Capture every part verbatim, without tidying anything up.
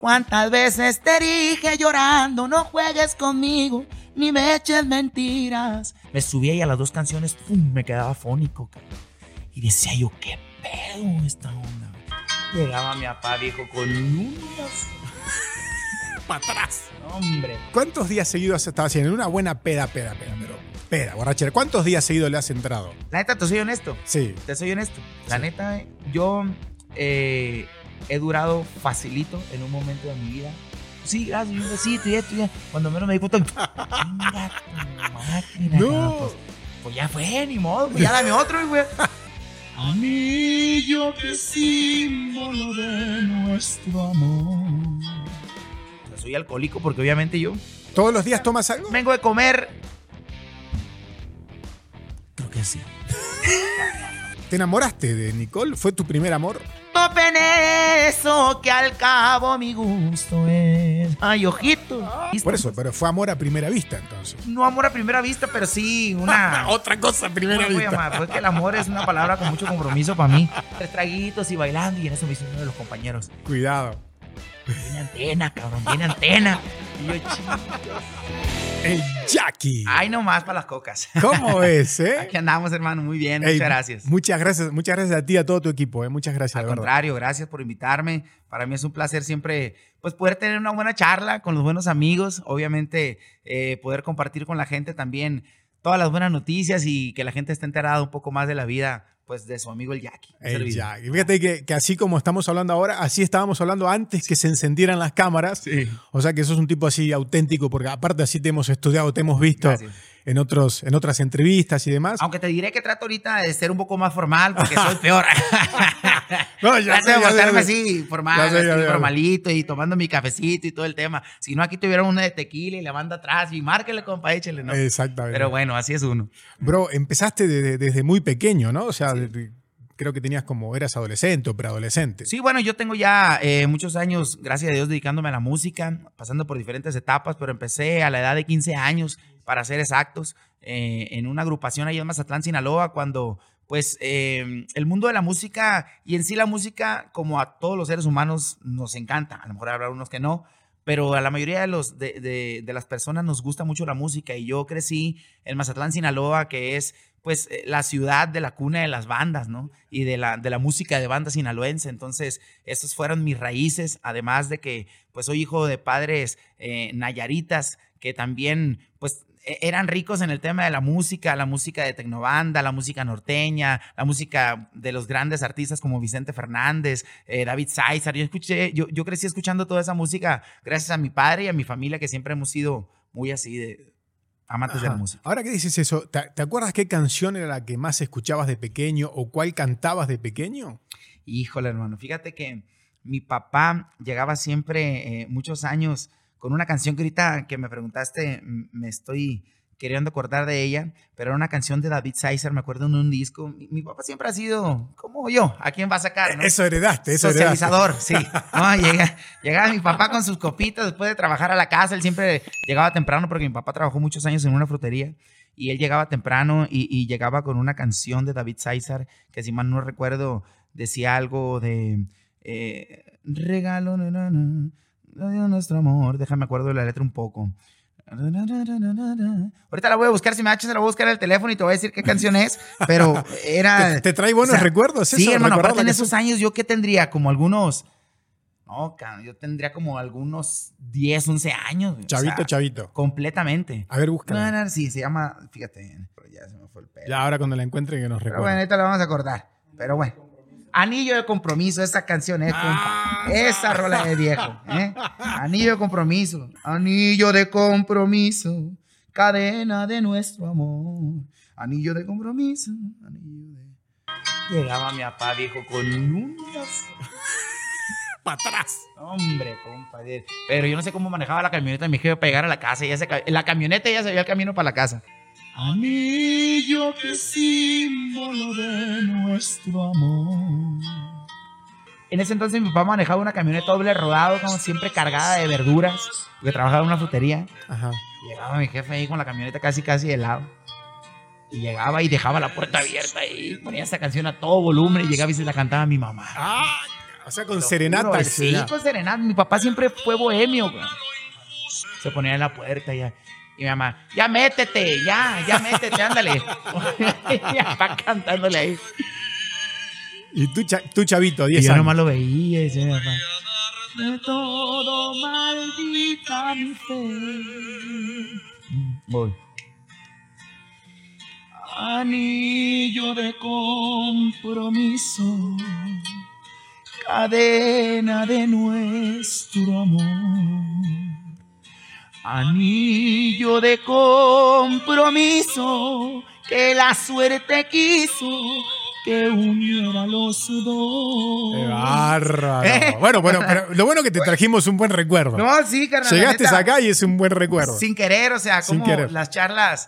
¿Cuántas veces te dije llorando, no juegues conmigo, ni me eches mentiras? Me subía y a las dos canciones, pum, me quedaba fónico, cabrón. Y decía yo, ¿qué pedo esta onda? Llegaba mi papá, viejo, con unas... para atrás. Hombre. ¿Cuántos días seguidos estabas haciendo? En una buena peda, peda, peda, pero peda, borrachera. ¿Cuántos días seguidos le has entrado? La neta, te soy honesto. Sí. Te soy honesto. La Sí. neta, yo eh, he durado facilito en un momento de mi vida. Sí, gracias, un besito y esto y ya. Cuando menos me di cuenta, chinga tu máquina. No. cabrón, Pues, pues ya fue, ni modo, pues ya dame otro, güey. Anillo que símbolo de nuestro amor. Soy alcohólico porque obviamente yo ¿Todos los días tomas algo? vengo de comer. Creo que sí. ¿Te enamoraste de Nicole? ¿Fue tu primer amor? Topen eso que al cabo mi gusto es. Ay, ojito. Por eso, pero fue amor a primera vista entonces. No amor a primera vista, pero sí una... Otra cosa a primera ¿Cómo voy a vista. llamar? Pues que el amor es una palabra con mucho compromiso para mí. Tres traguitos y bailando y en eso me hizo uno de los compañeros. Cuidado. Tiene antena, cabrón, tiene antena. Y yo, chingos. El Jackie. Ay, nomás para las cocas. ¿Cómo es, eh? Aquí andamos, hermano, muy bien, Ey, muchas gracias. Muchas gracias, muchas gracias a ti y a todo tu equipo, eh. Muchas gracias, Al de verdad. contrario, gracias por invitarme. Para mí es un placer siempre pues, poder tener una buena charla con los buenos amigos. Obviamente, eh, poder compartir con la gente también todas las buenas noticias y que la gente esté enterada un poco más de la vida pues, de su amigo el Jackie. El Jackie. Fíjate que, que así como estamos hablando ahora, así estábamos hablando antes que se encendieran las cámaras. Sí. O sea que sos un tipo así auténtico, porque aparte así te hemos estudiado, te hemos visto Gracias. en, otros, en otras entrevistas y demás. Aunque te diré que trato ahorita de ser un poco más formal porque soy peor. No, ya Trato sé, de ya sé, mostrarme ya sé. así, formal, Ya sé, ya así, sé. formalito y tomando mi cafecito y todo el tema. Si no, aquí tuviera una de tequila y la manda atrás y márquele, compa, échele, ¿no? Exactamente. Pero bueno, así es uno. Bro, empezaste de- de- desde muy pequeño, ¿no? O sea, de- de- creo que tenías como, eras adolescente o preadolescente. Sí, bueno, yo tengo ya eh, muchos años, gracias a Dios, dedicándome a la música, pasando por diferentes etapas, pero empecé a la edad de quince años, para ser exactos, eh, en una agrupación ahí en Mazatlán, Sinaloa, cuando pues eh, el mundo de la música y en sí la música, como a todos los seres humanos, nos encanta. A lo mejor habrá unos que no, pero a la mayoría de, los, de, de, de las personas nos gusta mucho la música y yo crecí en Mazatlán, Sinaloa, que es pues la ciudad de la cuna de las bandas, ¿no? Y de la, de la música de banda sinaloense. Entonces, esas fueron mis raíces, además de que pues soy hijo de padres eh, nayaritas que también pues eran ricos en el tema de la música, la música de tecnobanda, la música norteña, la música de los grandes artistas como Vicente Fernández, eh, David Sáizar. Yo, escuché, yo, yo crecí escuchando toda esa música gracias a mi padre y a mi familia, que siempre hemos sido muy así de amantes Ajá. de la música. Ahora que dices eso, ¿te, te acuerdas qué canción era la que más escuchabas de pequeño o cuál cantabas de pequeño? Híjole, hermano, fíjate que mi papá llegaba siempre, eh, muchos años, con una canción que ahorita que me preguntaste, m- me estoy queriendo acordar de ella, pero era una canción de David Sáizar, me acuerdo en un disco. Mi, mi papá siempre ha sido como yo, ¿a quién va a sacar? ¿no? Eso heredaste, eso heredaste. Socializador, sí. No, llega, llegaba mi papá con sus copitas después de trabajar a la casa. Él siempre llegaba temprano porque mi papá trabajó muchos años en una frutería y él llegaba temprano y, y llegaba con una canción de David Sáizar que, si mal no recuerdo, decía algo de eh, regalo na, na, na, de nuestro amor. Déjame acuerdo de la letra un poco. Ahorita la voy a buscar, si me achas, la voy a buscar en el teléfono y te voy a decir qué canción es, pero era... ¿Te, te trae buenos o sea, recuerdos eso? Sí, hermano, recordar aparte la en canción? esos años, ¿yo qué tendría? Como algunos... No, cabrón, yo tendría como algunos diez, once años. o Chavito, sea, chavito. Completamente. A ver, búscala. No, no, sí, se llama... Fíjate, pero ya se me fue el pelo. Ya ahora cuando la encuentren que nos Pero bueno, recuerden. ahorita la vamos a acordar. Pero bueno. Anillo de compromiso, esa canción es, Ah. compa. Esa rola de viejo. ¿eh? Anillo de compromiso. Anillo de compromiso. Cadena de nuestro amor. Anillo de compromiso. Anillo de... Llegaba mi papá, viejo, con unas... Para atrás. Hombre, compadre. Pero yo no sé cómo manejaba la camioneta de mi jefe para llegar a la casa. Ya se, en la camioneta ya se veía el camino para la casa. Anillo que símbolo de nuestro amor. En ese entonces mi papá manejaba una camioneta doble rodado, como siempre cargada de verduras, porque trabajaba en una frutería. Ajá. Llegaba mi jefe ahí con la camioneta casi casi de lado. Y llegaba y dejaba la puerta abierta y ponía esa canción a todo volumen y llegaba y se la cantaba a mi mamá. Ah, O sea, con serenata. Juro, sí, con serenata. Mi papá siempre fue bohemio, güey. Se ponía en la puerta ya. Y mi mamá, ya métete, ya, ya métete, ándale. Y mi papá cantándole ahí. Y tú, cha, tú chavito, diez y yo años. nomás lo veía y decía mi papá, de todo maldita mi fe. Voy. Anillo de compromiso, cadena de nuestro amor. Anillo de compromiso que la suerte quiso que uniera los dos. ¡Qué bárbaro! ¿Eh? Bueno, bueno, pero lo bueno es que te trajimos un buen recuerdo. No, sí, carnal. Llegaste acá y es un buen recuerdo. Sin querer, o sea, como querer. Las charlas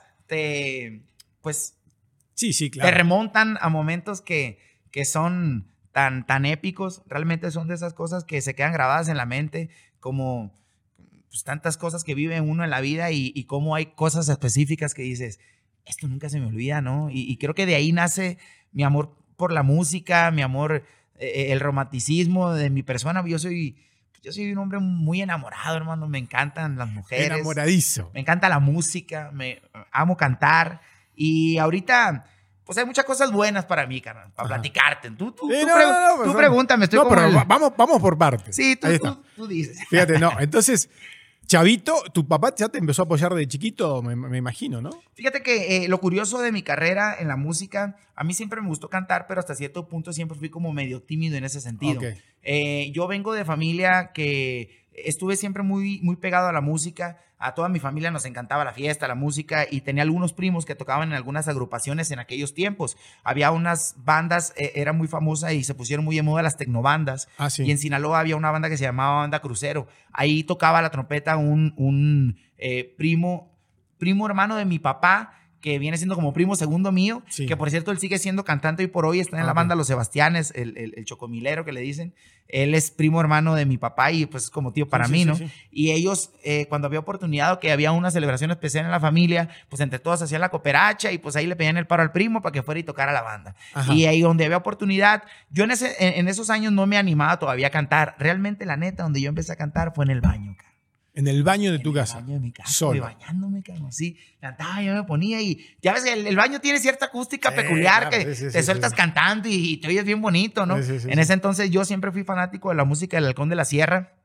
te, pues, sí, sí, claro. te remontan a momentos que, que son tan, tan épicos. Realmente son de esas cosas que se quedan grabadas en la mente, como pues, tantas cosas que vive uno en la vida y, y cómo hay cosas específicas que dices, esto nunca se me olvida, ¿no? Y, y creo que de ahí nace mi amor por la música, mi amor, eh, el romanticismo de mi persona. Yo soy, yo soy un hombre muy enamorado, hermano. Me encantan las mujeres. Enamoradizo. Me encanta la música, me amo cantar. Y ahorita, pues hay muchas cosas buenas para mí, carnal, para Ajá. platicarte. Tú, tú, sí, tú, no, pre no, no, tú pues, pregúntame. Estoy no, como pero el... vamos, vamos por partes. Sí, tú, Ahí tú, está. tú dices. Fíjate, no, entonces... Chavito, tu papá ya te empezó a apoyar de chiquito, me, me imagino, ¿no? Fíjate que eh, lo curioso de mi carrera en la música, a mí siempre me gustó cantar, pero hasta cierto punto siempre fui como medio tímido en ese sentido. Okay. Eh, yo vengo de familia que estuve siempre muy, muy pegado a la música. A toda mi familia nos encantaba la fiesta, la música, y tenía algunos primos que tocaban en algunas agrupaciones en aquellos tiempos. Había unas bandas, eh, era muy famosa y se pusieron muy de moda las tecnobandas. Ah, sí. Y en Sinaloa había una banda que se llamaba Banda Crucero. Ahí tocaba la trompeta un, un eh, primo, primo hermano de mi papá, que viene siendo como primo segundo mío, sí. que por cierto él sigue siendo cantante y por hoy está en ah, la banda okay. Los Sebastianes, el, el, el chocomilero que le dicen. Él es primo hermano de mi papá y pues como tío para sí, mí, sí, ¿no? Sí, sí. Y ellos, eh, cuando había oportunidad o que había una celebración especial en la familia, pues entre todos hacían la cooperacha y pues ahí le pedían el paro al primo para que fuera y tocara la banda. Ajá. Y ahí donde había oportunidad, yo en, ese, en, en esos años no me animaba todavía a cantar. Realmente la neta, donde yo empecé a cantar fue en el baño, cara. En el baño de tu en casa. En el baño de mi casa. Solo. Bañándome, cabrón. Sí, cantaba, yo me ponía y ya ves que el, el baño tiene cierta acústica sí, peculiar claro, que sí, sí, te sí, sueltas sí. cantando y, y te oyes bien bonito, ¿no? Sí, sí, sí, en sí. ese entonces yo siempre fui fanático de la música del Halcón de la Sierra.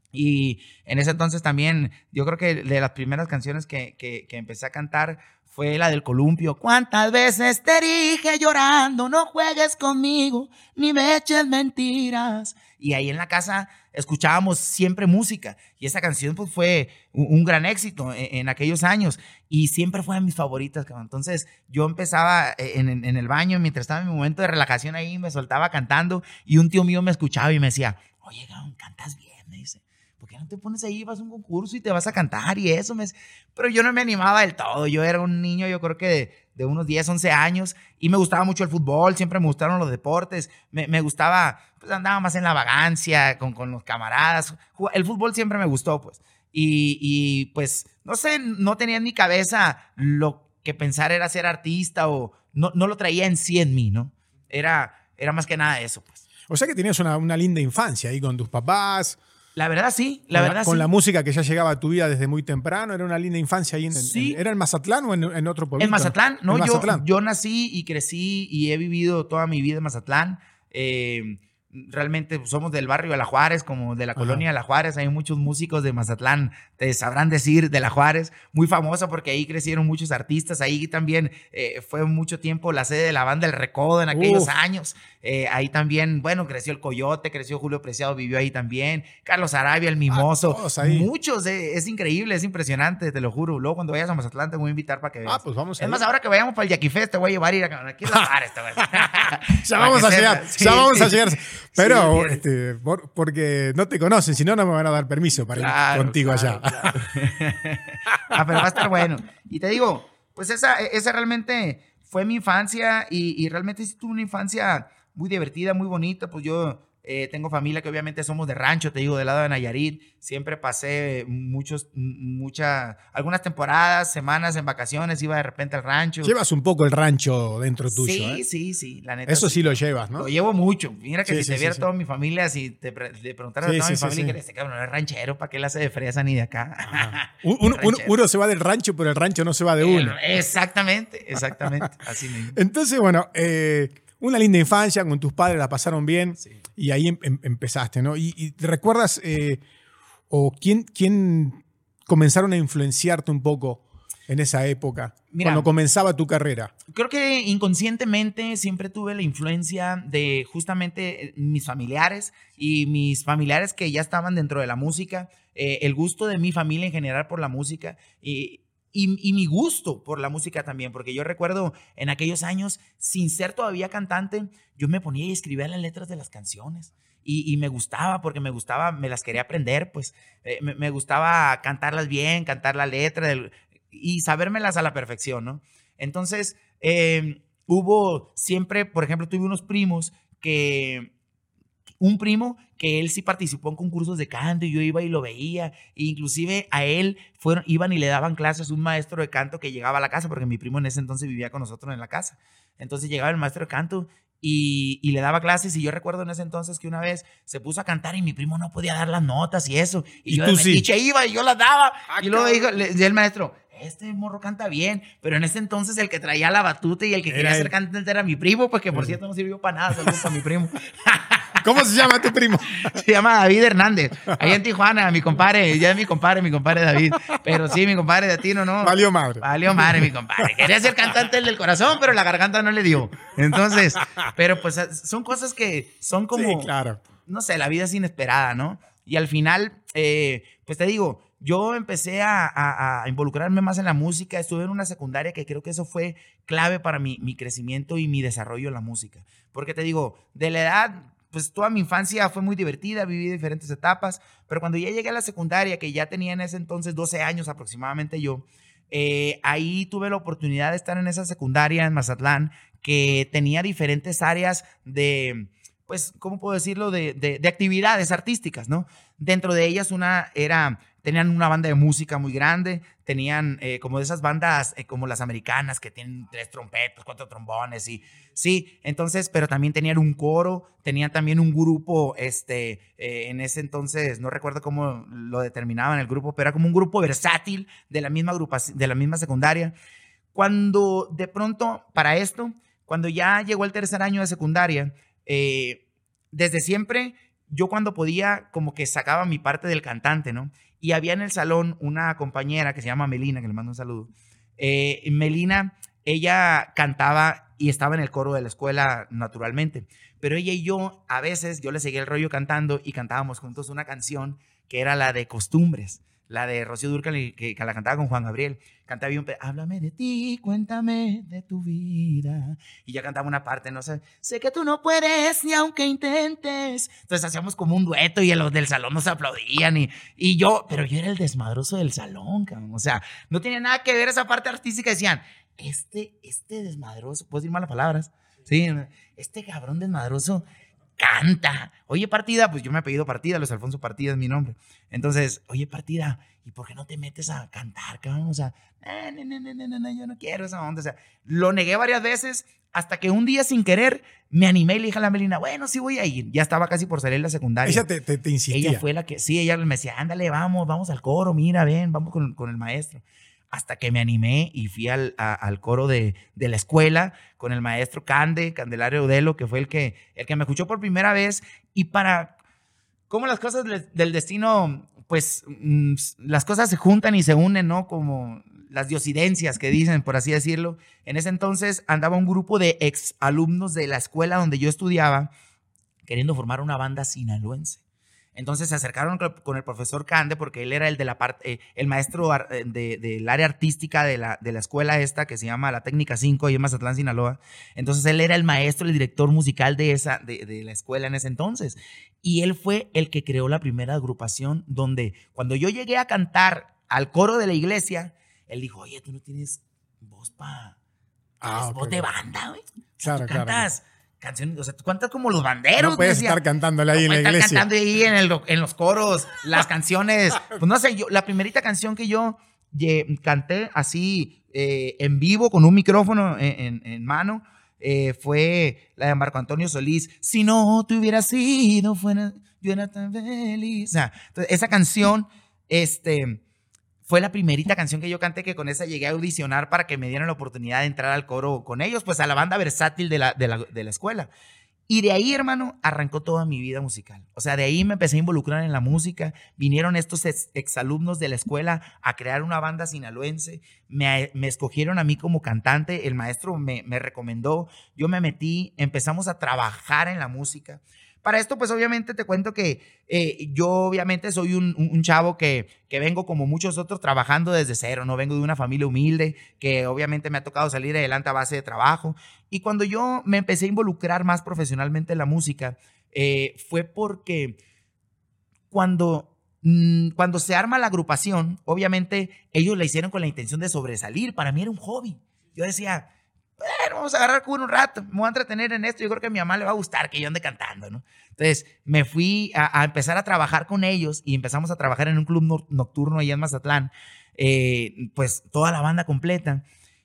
Y en ese entonces también, yo creo que de las primeras canciones que, que, que empecé a cantar fue la del columpio. ¿Cuántas veces te dije llorando, no juegues conmigo, ni me eches mentiras? Y ahí en la casa escuchábamos siempre música. Y esa canción pues fue un, un gran éxito en, en aquellos años. Y siempre fue de mis favoritas, cabrón. Entonces yo empezaba en, en, en el baño, mientras estaba en mi momento de relajación ahí, me soltaba cantando. Y un tío mío me escuchaba y me decía, oye, cabrón, cantas bien, me dice. ¿Por qué no te pones ahí, vas a un concurso y te vas a cantar y eso? Me... Pero yo no me animaba del todo. Yo era un niño, yo creo que de, de unos diez, once años y me gustaba mucho el fútbol, siempre me gustaron los deportes. Me, me gustaba, pues andaba más en la vagancia con, con los camaradas. El fútbol siempre me gustó, pues. Y, y pues, no sé, no tenía en mi cabeza lo que pensar era ser artista o no, no lo traía en sí en mí, ¿no? Era, era más que nada eso, pues. O sea que tenías una, una linda infancia ahí con tus papás. La verdad sí, la con verdad la, sí. Con la música que ya llegaba a tu vida desde muy temprano, era una linda infancia ahí en, sí. en ¿era en Mazatlán o en, en otro pueblo? En Mazatlán, no, ¿En yo, Mazatlán? yo nací y crecí y he vivido toda mi vida en Mazatlán. Eh, realmente somos del barrio de La Juárez, como de la Ajá. colonia de La Juárez. Hay muchos músicos de Mazatlán, te sabrán decir, de La Juárez, muy famosa porque ahí crecieron muchos artistas. Ahí también eh, fue mucho tiempo la sede de la banda El Recodo en aquellos Uf. años. Eh, ahí también, bueno, creció el Coyote, creció Julio Preciado, vivió ahí también. Carlos Arabia, el Mimoso. Ah, muchos, eh, es increíble, es impresionante, te lo juro. Luego cuando vayas a Mazatlán te voy a invitar para que veas. Ah, pues vamos a Es más, ahora que vayamos para el Yaquifest te voy a llevar a ir a aquí en La Juárez. ya vamos a llegar, sí. ya vamos a llegar. Pero, sí, este, por, porque no te conocen, si no, no me van a dar permiso para claro, ir contigo claro, allá. Claro. ah, pero va a estar bueno. Y te digo, pues esa, esa realmente fue mi infancia y, y realmente sí tuve una infancia muy divertida, muy bonita. Pues yo Eh, tengo familia que obviamente somos de rancho, te digo, del lado de Nayarit. Siempre pasé muchos, muchas, algunas temporadas, semanas en vacaciones, iba de repente al rancho. Llevas un poco el rancho dentro tuyo, Sí, ¿eh? sí, sí, la neta. Eso sí, sí lo llevas, ¿no? Lo llevo mucho. Mira que Sí, si sí, te sí, viera sí. toda mi familia, si te, pre- te preguntaras Sí, a toda sí, mi sí, familia, sí. que este cabrón no es ranchero, ¿para qué la hace de fresa ni de acá? Ajá. Un- un- uno, uno se va del rancho, pero el rancho no se va de uno. El- exactamente, exactamente, así mismo. Entonces, bueno, eh, una linda infancia, con tus padres la pasaron bien Sí. y ahí em- em- empezaste, ¿no? Y, y ¿te recuerdas eh, o quién, quién comenzaron a influenciarte un poco en esa época, Mira, cuando comenzaba tu carrera? Creo que inconscientemente siempre tuve la influencia de justamente eh, mis familiares y mis familiares que ya estaban dentro de la música, eh, el gusto de mi familia en general por la música y, y, y mi gusto por la música también, porque yo recuerdo en aquellos años, sin ser todavía cantante, yo me ponía y escribía las letras de las canciones. Y, y me gustaba, porque me gustaba, me las quería aprender, pues eh, me, me gustaba cantarlas bien, cantar la letra del, y sabérmelas a la perfección, ¿no? Entonces, eh, hubo siempre, por ejemplo, tuve unos primos que, un primo que él sí participó en concursos de canto y yo iba y lo veía, e inclusive a él fueron, iban y le daban clases un maestro de canto que llegaba a la casa, porque mi primo en ese entonces vivía con nosotros en la casa. Entonces llegaba el maestro de canto y, y le daba clases, y yo recuerdo en ese entonces que una vez se puso a cantar y mi primo no podía dar las notas y eso, y, ¿Y yo tú de sí? metiche iba y yo las daba, Ah, y luego cabrón. dijo, le, y el maestro, este morro canta bien, pero en ese entonces el que traía la batuta y el que Era quería él. ser cantante era mi primo, pues que por Sí. cierto no sirvió para nada, saludos a mi primo. ¿Cómo se llama tu primo? Se llama David Hernández, allá en Tijuana, mi compadre, ya es mi compadre, mi compadre David, pero sí, mi compadre de Tino, no. Valió madre. Valió madre, mi compadre. Quería ser cantante el del corazón, pero la garganta no le dio. Entonces, pero pues son cosas que son como, Sí, claro. no sé, la vida es inesperada, ¿no? Y al final, eh, pues te digo, yo empecé a, a, a involucrarme más en la música, estuve en una secundaria que creo que eso fue clave para mi, mi crecimiento y mi desarrollo en la música. Porque te digo, de la edad, pues toda mi infancia fue muy divertida, viví diferentes etapas, pero cuando ya llegué a la secundaria, que ya tenía en ese entonces doce años aproximadamente yo, eh, ahí tuve la oportunidad de estar en esa secundaria en Mazatlán, que tenía diferentes áreas de, pues, ¿cómo puedo decirlo? De, de, de actividades artísticas, ¿no? Dentro de ellas una era, tenían una banda de música muy grande, tenían eh, como de esas bandas eh, como las americanas que tienen tres trompetas, cuatro trombones y sí, entonces, pero también tenían un coro, tenían también un grupo, este, eh, en ese entonces, no recuerdo cómo lo determinaban el grupo, pero era como un grupo versátil de la misma agrupación, de la misma secundaria. Cuando de pronto, para esto, cuando ya llegó el tercer año de secundaria, eh, desde siempre, yo cuando podía, como que sacaba mi parte del cantante, ¿no? Y había en el salón una compañera que se llama Melina, que le mando un saludo. Eh, Melina, ella cantaba y estaba en el coro de la escuela naturalmente, pero ella y yo, a veces, yo le seguía el rollo cantando y cantábamos juntos una canción que era la de Costumbres, la de Rocío Dúrcal, que, que la cantaba con Juan Gabriel. Cantaba un pe- háblame de ti, cuéntame de tu vida. Y ya cantaba una parte, no sé, sé que tú no puedes ni aunque intentes. Entonces hacíamos como un dueto y los del salón nos aplaudían y, y yo, pero yo era el desmadroso del salón, cabrón. O sea, no tenía nada que ver esa parte artística. Decían, este, este desmadroso, ¿puedo decir malas palabras? Sí, este cabrón desmadroso canta. Oye, Partida, pues yo me he apellido Partida, Luis Alfonso Partida es mi nombre. Entonces, oye, Partida, ¿y por qué no te metes a cantar, cabrón? O sea, no, no, no, no, no, no, yo no quiero esa onda. O sea, lo negué varias veces hasta que un día sin querer me animé y le dije a la Melina, bueno, sí voy a ir. Ya estaba casi por salir la secundaria. Ella te, te, te insistía. Ella fue la que, sí, ella me decía, ándale, vamos, vamos al coro, mira, ven, vamos con, con el maestro. Hasta que me animé y fui al, a, al coro de, de la escuela con el maestro Cande, Candelario Udelo, que fue el que, el que me escuchó por primera vez. Y para cómo las cosas del destino, pues mmm, las cosas se juntan y se unen, ¿no? Como las diosidencias que dicen, por así decirlo. En ese entonces andaba un grupo de ex alumnos de la escuela donde yo estudiaba queriendo formar una banda sinaloense. Entonces se acercaron con el profesor Cande porque él era el de la parte, eh, el maestro de, de, del área artística de la, de la escuela esta que se llama la Técnica cinco y en Mazatlán, Sinaloa. Entonces él era el maestro, el director musical de, esa, de, de la escuela en ese entonces. Y él fue el que creó la primera agrupación donde cuando yo llegué a cantar al coro de la iglesia, él dijo, oye, tú no tienes voz para... Ah, voz okay. de banda, güey. O sea, Claro, tú cantas... claro. canciones, o sea, tú cantas como los banderos. No puedes decía, estar cantándole ahí no en la iglesia. Estar cantando ahí en, el, en los coros, las canciones. Pues no sé, yo, la primerita canción que yo ye, canté así eh, en vivo con un micrófono en, en, en mano eh, fue la de Marco Antonio Solís. Si no te hubiera sido, fuera, yo era tan feliz. O sea, entonces, esa canción, este... fue la primerita canción que yo canté, que con esa llegué a audicionar para que me dieran la oportunidad de entrar al coro con ellos, pues a la banda versátil de la, de la, de la escuela. Y de ahí, hermano, arrancó toda mi vida musical. O sea, de ahí me empecé a involucrar en la música. Vinieron estos ex, exalumnos de la escuela a crear una banda sinaloense. Me, me escogieron a mí como cantante. El maestro me, me recomendó. Yo me metí. Empezamos a trabajar en la música. Para esto, pues obviamente te cuento que eh, yo obviamente soy un, un, un chavo que, que vengo como muchos otros trabajando desde cero, no vengo de una familia humilde, que obviamente me ha tocado salir adelante a base de trabajo. Y cuando yo me empecé a involucrar más profesionalmente en la música, eh, fue porque cuando, mmm, cuando se arma la agrupación, obviamente ellos la hicieron con la intención de sobresalir. Para mí era un hobby. Yo decía... bueno, vamos a agarrar cura un rato, me voy a entretener en esto, yo creo que a mi mamá le va a gustar que yo ande cantando, ¿no? Entonces me fui a, a empezar a trabajar con ellos y empezamos a trabajar en un club no, nocturno allá en Mazatlán, eh, pues toda la banda completa,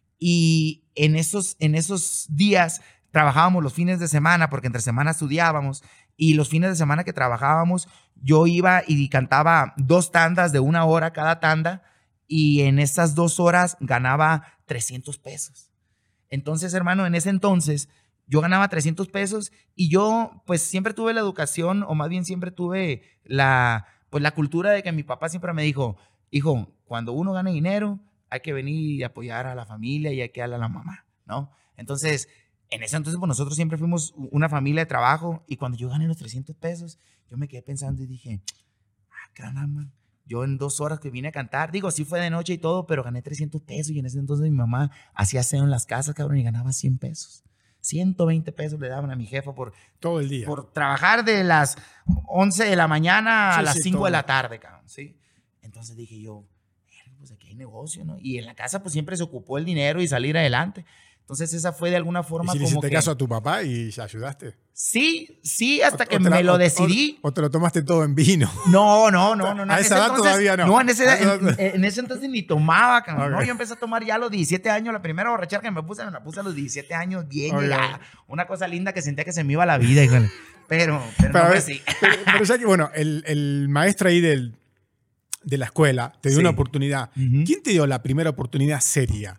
y en esos, en esos días trabajábamos los fines de semana, porque entre semana estudiábamos, y los fines de semana que trabajábamos, yo iba y cantaba dos tandas de una hora cada tanda, y en esas dos horas ganaba trescientos pesos. Entonces, hermano, en ese entonces yo ganaba trescientos pesos y yo pues siempre tuve la educación, o más bien siempre tuve la, pues, la cultura de que mi papá siempre me dijo, hijo, cuando uno gane dinero hay que venir y apoyar a la familia y hay que darle a la mamá, ¿no? Entonces, en ese entonces pues nosotros siempre fuimos una familia de trabajo, y cuando yo gané los trescientos pesos, yo me quedé pensando y dije, ah, caramba. Yo en dos horas que vine a cantar, digo, sí fue de noche y todo, pero gané trescientos pesos, y en ese entonces mi mamá hacía aseo en las casas, cabrón, y ganaba cien pesos. ciento veinte pesos le daban a mi jefa por... todo el día. Por trabajar de las once de la mañana a sí, las sí, cinco todo. De la tarde, cabrón, ¿sí? Entonces dije yo, pues aquí hay negocio, ¿no? Y en la casa pues siempre se ocupó el dinero y salir adelante. Entonces esa fue de alguna forma ¿Y si como le hiciste que... caso a tu papá y ayudaste? Sí, sí, hasta o, que o la, me lo o, decidí. O, o te lo tomaste todo en vino. No, no, no. no, no a esa edad entonces, todavía no. No, en ese, en, en, en ese entonces ni tomaba, cabrón. Okay. No, yo empecé a tomar ya a los diecisiete años. La primera borrachera que me puse, me la puse a los diecisiete años, bien okay. llegada. Una cosa linda que sentía que se me iba la vida, híjole. Pero, pero, pero no fue así. Pero, pero ya que, bueno, el, el maestro ahí del, de la escuela te dio sí. una oportunidad. Uh-huh. ¿Quién te dio la primera oportunidad seria?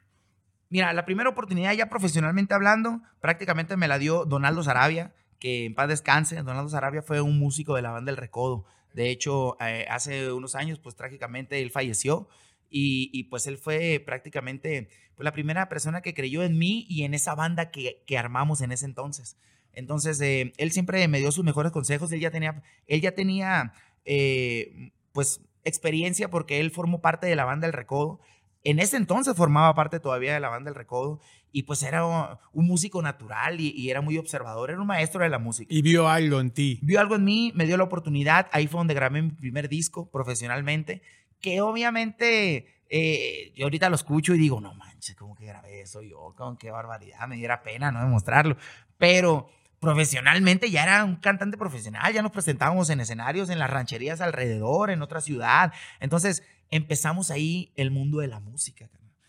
Mira, la primera oportunidad ya profesionalmente hablando, prácticamente me la dio Donaldo Sarabia, que en paz descanse. Donaldo Sarabia fue un músico de la banda El Recodo. De hecho, eh, hace unos años, pues trágicamente él falleció, y, y pues él fue prácticamente pues, la primera persona que creyó en mí y en esa banda que, que armamos en ese entonces. Entonces, eh, él siempre me dio sus mejores consejos. Él ya tenía, él ya tenía eh, pues, experiencia, porque él formó parte de la banda El Recodo. En ese entonces formaba parte todavía de la banda El Recodo, y pues era un, un músico natural y, y era muy observador, era un maestro de la música. Y vio algo en ti. Vio algo en mí, me dio la oportunidad, ahí fue donde grabé mi primer disco profesionalmente, que obviamente eh, yo ahorita lo escucho y digo, no manches, ¿cómo que grabé eso yo? ¿Cómo qué barbaridad? Me diera pena no demostrarlo, pero profesionalmente ya era un cantante profesional, ya nos presentábamos en escenarios, en las rancherías alrededor, en otra ciudad. Entonces empezamos ahí el mundo de la música.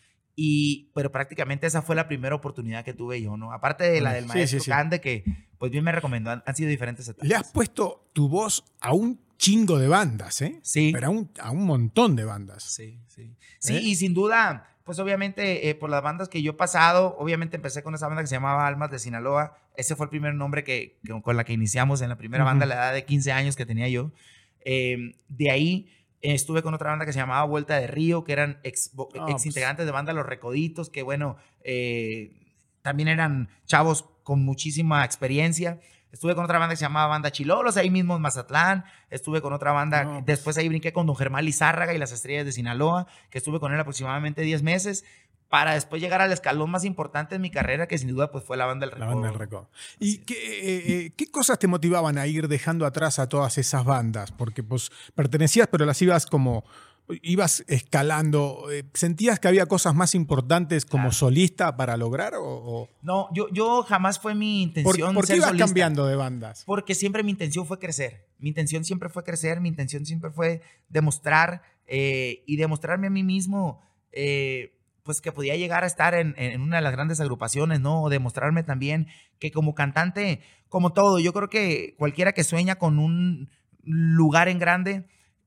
Y, pero prácticamente esa fue la primera oportunidad que tuve yo, ¿no? Aparte de la del maestro sí, sí, sí. Cande, que pues bien me recomendó, han, han sido diferentes etapas. Le has puesto tu voz a un chingo de bandas, ¿eh? Sí. Pero a un, a un montón de bandas. Sí, sí. Sí, ¿eh? Y sin duda, pues obviamente eh, por las bandas que yo he pasado, obviamente empecé con esa banda que se llamaba Almas de Sinaloa. Ese fue el primer nombre que, que con la que iniciamos en la primera uh-huh. banda a la edad de quince años que tenía yo. Eh, de ahí eh, estuve con otra banda que se llamaba Vuelta de Río, que eran ex, oh, ex integrantes de banda Los Recoditos, que bueno, eh, también eran chavos con muchísima experiencia. Estuve con otra banda que se llamaba Banda Chilolos, ahí mismo en Mazatlán. Estuve con otra banda, no, después ahí brinqué con Don Germán Lizárraga y las Estrellas de Sinaloa, que estuve con él aproximadamente diez meses, para después llegar al escalón más importante en mi carrera, que sin duda pues fue la Banda del Recodo. La Banda del Recodo. ¿Y qué, eh, eh, qué cosas te motivaban a ir dejando atrás a todas esas bandas? Porque pues pertenecías, pero las ibas como ibas escalando, ¿sentías que había cosas más importantes como claro. solista para lograr? O, o? No, yo, yo jamás fue mi intención. ¿Por, ¿por qué ser ibas solista. cambiando de bandas? Porque siempre mi intención fue crecer. Mi intención siempre fue crecer, mi intención siempre fue demostrar eh, y demostrarme a mí mismo eh, pues que podía llegar a estar en, en una de las grandes agrupaciones, ¿no? O demostrarme también que como cantante, como todo, yo creo que cualquiera que sueña con un lugar en grande,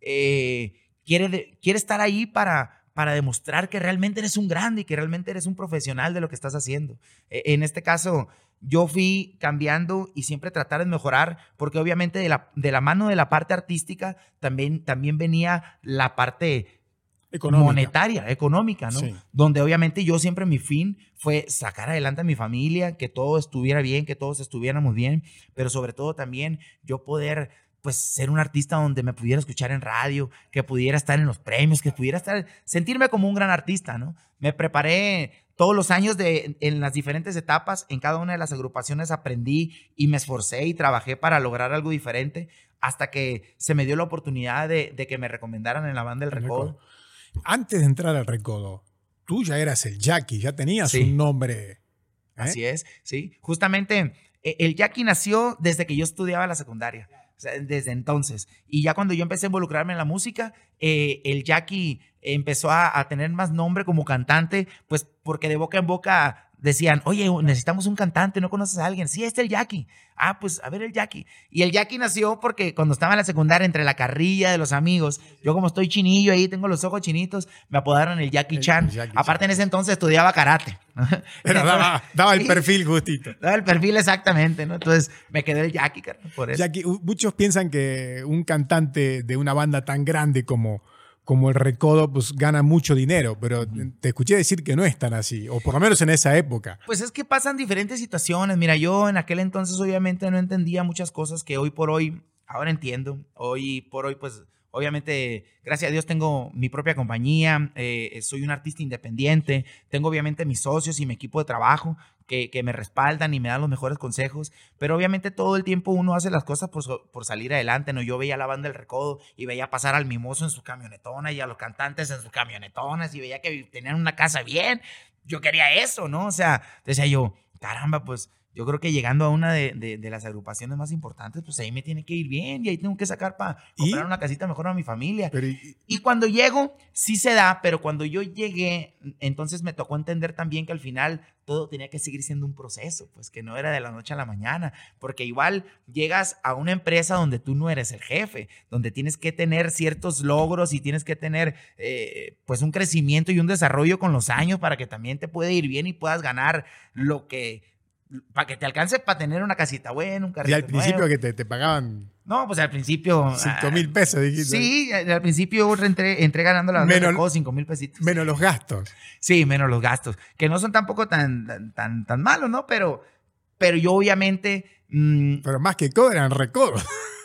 eh, quiere, de, quiere estar ahí para, para demostrar que realmente eres un grande y que realmente eres un profesional de lo que estás haciendo. Eh, en este caso, yo fui cambiando y siempre tratar de mejorar, porque obviamente de la, de la mano de la parte artística también, también venía la parte económica. monetaria, económica, ¿no? Sí. Donde obviamente yo siempre mi fin fue sacar adelante a mi familia, que todo estuviera bien, que todos estuviéramos bien, pero sobre todo también yo poder pues ser un artista donde me pudiera escuchar en radio, que pudiera estar en los premios, que pudiera estar, sentirme como un gran artista, ¿no? Me preparé todos los años de, en las diferentes etapas, en cada una de las agrupaciones aprendí y me esforcé y trabajé para lograr algo diferente hasta que se me dio la oportunidad de, de que me recomendaran en la banda El Recodo. Antes de entrar al Recodo, tú ya eras el Jackie, ya tenías sí. un nombre. ¿eh? Así es, sí. Justamente el Jackie nació desde que yo estudiaba la secundaria. O sea, desde entonces. Y ya cuando yo empecé a involucrarme en la música, eh, el Jackie empezó a, a tener más nombre como cantante, pues porque de boca en boca decían, oye, necesitamos un cantante, ¿no conoces a alguien? Sí, este es el Jackie. Ah, pues a ver el Jackie. Y el Jackie nació porque cuando estaba en la secundaria, entre la carrilla de los amigos, yo como estoy chinillo ahí, tengo los ojos chinitos, me apodaron el Jackie el, Chan. El Jackie Aparte Chan. En ese entonces estudiaba karate. Pero entonces, daba, daba el perfil justito. Daba el perfil exactamente, ¿no? Entonces me quedé el Jackie, carnal, por eso. Jackie, muchos piensan que un cantante de una banda tan grande como... como El Recodo, pues gana mucho dinero, pero te escuché decir que no es tan así, o por lo menos en esa época. Pues es que pasan diferentes situaciones. Mira, yo en aquel entonces obviamente no entendía muchas cosas que hoy por hoy, ahora entiendo. Hoy por hoy, pues obviamente, gracias a Dios tengo mi propia compañía, eh, soy un artista independiente, tengo obviamente mis socios y mi equipo de trabajo que, que me respaldan y me dan los mejores consejos, pero obviamente todo el tiempo uno hace las cosas por, por salir adelante, ¿no? Yo veía la banda El Recodo y veía pasar al mimoso en su camionetona y a los cantantes en sus camionetonas y veía que tenían una casa bien. Yo quería eso, ¿no? O sea, decía yo, caramba, pues yo creo que llegando a una de, de, de las agrupaciones más importantes, pues ahí me tiene que ir bien y ahí tengo que sacar para comprar ¿Y? una casita mejor a mi familia. Pero, y, y cuando llego, sí se da, pero cuando yo llegué, entonces me tocó entender también que al final todo tenía que seguir siendo un proceso, pues que no era de la noche a la mañana, porque igual llegas a una empresa donde tú no eres el jefe, donde tienes que tener ciertos logros y tienes que tener eh, pues un crecimiento y un desarrollo con los años para que también te pueda ir bien y puedas ganar lo que... para que te alcance para tener una casita buena, un carrito Y al principio nuevo. que te, te pagaban... No, pues al principio... Cinco mil pesos, dijiste. Sí, al principio entré, entré ganando la menos, cinco mil pesitos. Menos los gastos. Sí, menos los gastos. Que no son tampoco tan, tan, tan malos, ¿no? Pero, pero yo obviamente... Mmm, pero más que cobran, recodo.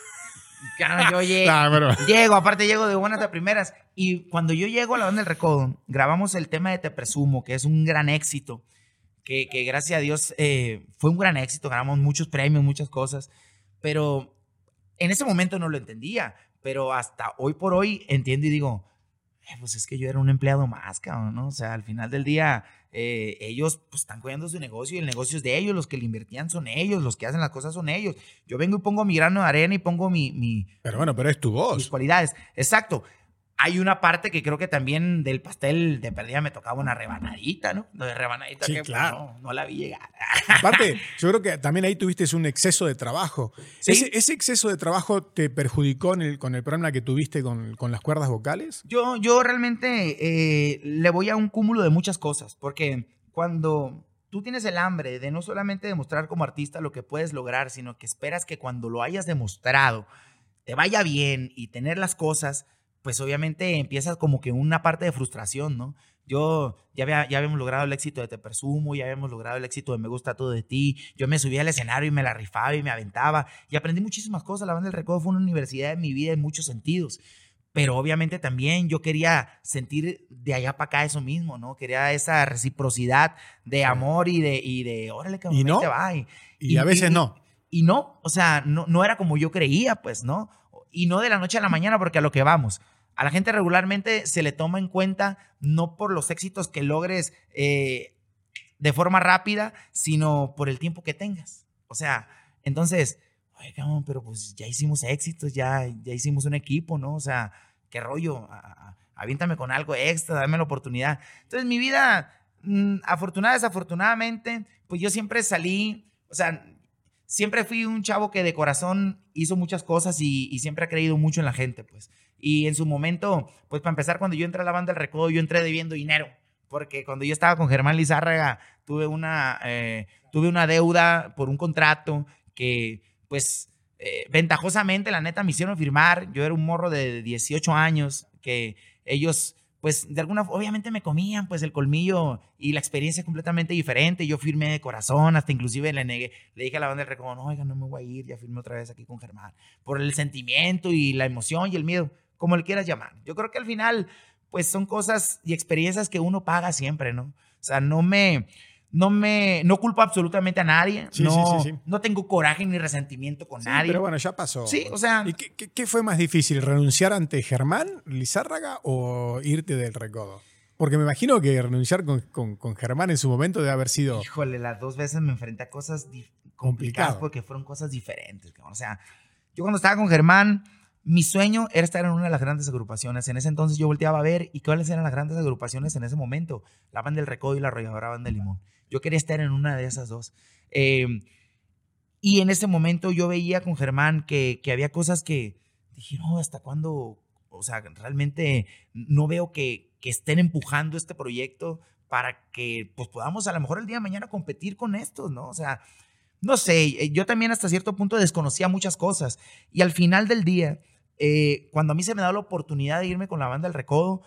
Claro, yo llego, nah, pero... llego, aparte llego de buenas a primeras. Y cuando yo llego a la banda del Recodo, grabamos el tema de Te Presumo, que es un gran éxito. Que, que gracias a Dios eh, fue un gran éxito, ganamos muchos premios, muchas cosas, pero en ese momento no lo entendía, pero hasta hoy por hoy entiendo y digo, eh, pues es que yo era un empleado más, cabrón, ¿no? O sea, al final del día eh, ellos pues están cuidando su negocio y el negocio es de ellos, los que le invertían son ellos, los que hacen las cosas son ellos. Yo vengo y pongo mi grano de arena y pongo mi... mi pero bueno, pero es tu voz. Mis cualidades, exacto. Hay una parte que creo que también del pastel de perdida me tocaba una rebanadita, ¿no? De rebanadita sí, que claro. pues, no, no la vi llegar. Aparte, yo creo que también ahí tuviste un exceso de trabajo. ¿Sí? ¿Ese, ¿Ese exceso de trabajo te perjudicó en el, con el problema que tuviste con, con las cuerdas vocales? Yo, yo realmente eh, le voy a un cúmulo de muchas cosas, porque cuando tú tienes el hambre de no solamente demostrar como artista lo que puedes lograr, sino que esperas que cuando lo hayas demostrado te vaya bien y tener las cosas, pues obviamente empiezas como que una parte de frustración, ¿no? Yo, ya, había, ya habíamos logrado el éxito de Te Presumo, ya habíamos logrado el éxito de Me Gusta Todo de Ti, yo me subía al escenario y me la rifaba y me aventaba y aprendí muchísimas cosas. La banda del Recodo fue una universidad en mi vida en muchos sentidos, pero obviamente también yo quería sentir de allá para acá eso mismo, ¿no? Quería esa reciprocidad de amor y de, y de órale, cabrón, ¿Y no? te va. Y, y, y a veces y, no. Y, y no, o sea, no, no era como yo creía, pues, ¿no? Y no de la noche a la mañana, porque a lo que vamos. A la gente regularmente se le toma en cuenta no por los éxitos que logres eh, de forma rápida, sino por el tiempo que tengas. O sea, entonces, oye, cabrón, pero pues ya hicimos éxitos, ya, ya hicimos un equipo, ¿no? O sea, qué rollo, aviéntame con algo extra, dame la oportunidad. Entonces, mi vida, mmm, afortunada, desafortunadamente, pues yo siempre salí, o sea, siempre fui un chavo que de corazón hizo muchas cosas y, y siempre ha creído mucho en la gente, pues. Y en su momento, pues para empezar, cuando yo entré a la banda del Recodo, yo entré debiendo dinero. Porque cuando yo estaba con Germán Lizárraga, tuve una, eh, tuve una deuda por un contrato que, pues, eh, ventajosamente, la neta, me hicieron firmar. Yo era un morro de dieciocho años, que ellos, pues, de alguna obviamente me comían, pues, el colmillo y la experiencia completamente diferente. Yo firmé de corazón, hasta inclusive le negué, le dije a la banda del Recodo, no, oiga, no me voy a ir, ya firmé otra vez aquí con Germán. Por el sentimiento y la emoción y el miedo, como le quieras llamar. Yo creo que al final, pues son cosas y experiencias que uno paga siempre, ¿no? O sea, no me, no me, no culpo absolutamente a nadie, sí, no, sí, sí, sí. no tengo coraje ni resentimiento con sí, nadie. Pero bueno, ya pasó. Sí, o sea. ¿Y qué, qué, qué fue más difícil, renunciar ante Germán Lizárraga o irte del Recodo? Porque me imagino que renunciar con, con, con Germán en su momento debe haber sido... Híjole, las dos veces me enfrenté a cosas complicadas complicado. Porque fueron cosas diferentes. O sea, yo cuando estaba con Germán, mi sueño era estar en una de las grandes agrupaciones. En ese entonces yo volteaba a ver y cuáles eran las grandes agrupaciones en ese momento. La Banda del Recodo y la Arrolladora Banda de Limón. Yo quería estar en una de esas dos. Eh, y en ese momento yo veía con Germán que, que había cosas que dije, no, ¿hasta cuándo? O sea, realmente no veo que, que estén empujando este proyecto para que pues, podamos a lo mejor el día de mañana competir con estos, ¿no? O sea, no sé, yo también hasta cierto punto desconocía muchas cosas. Y al final del día, eh, cuando a mí se me da la oportunidad de irme con la Banda del Recodo,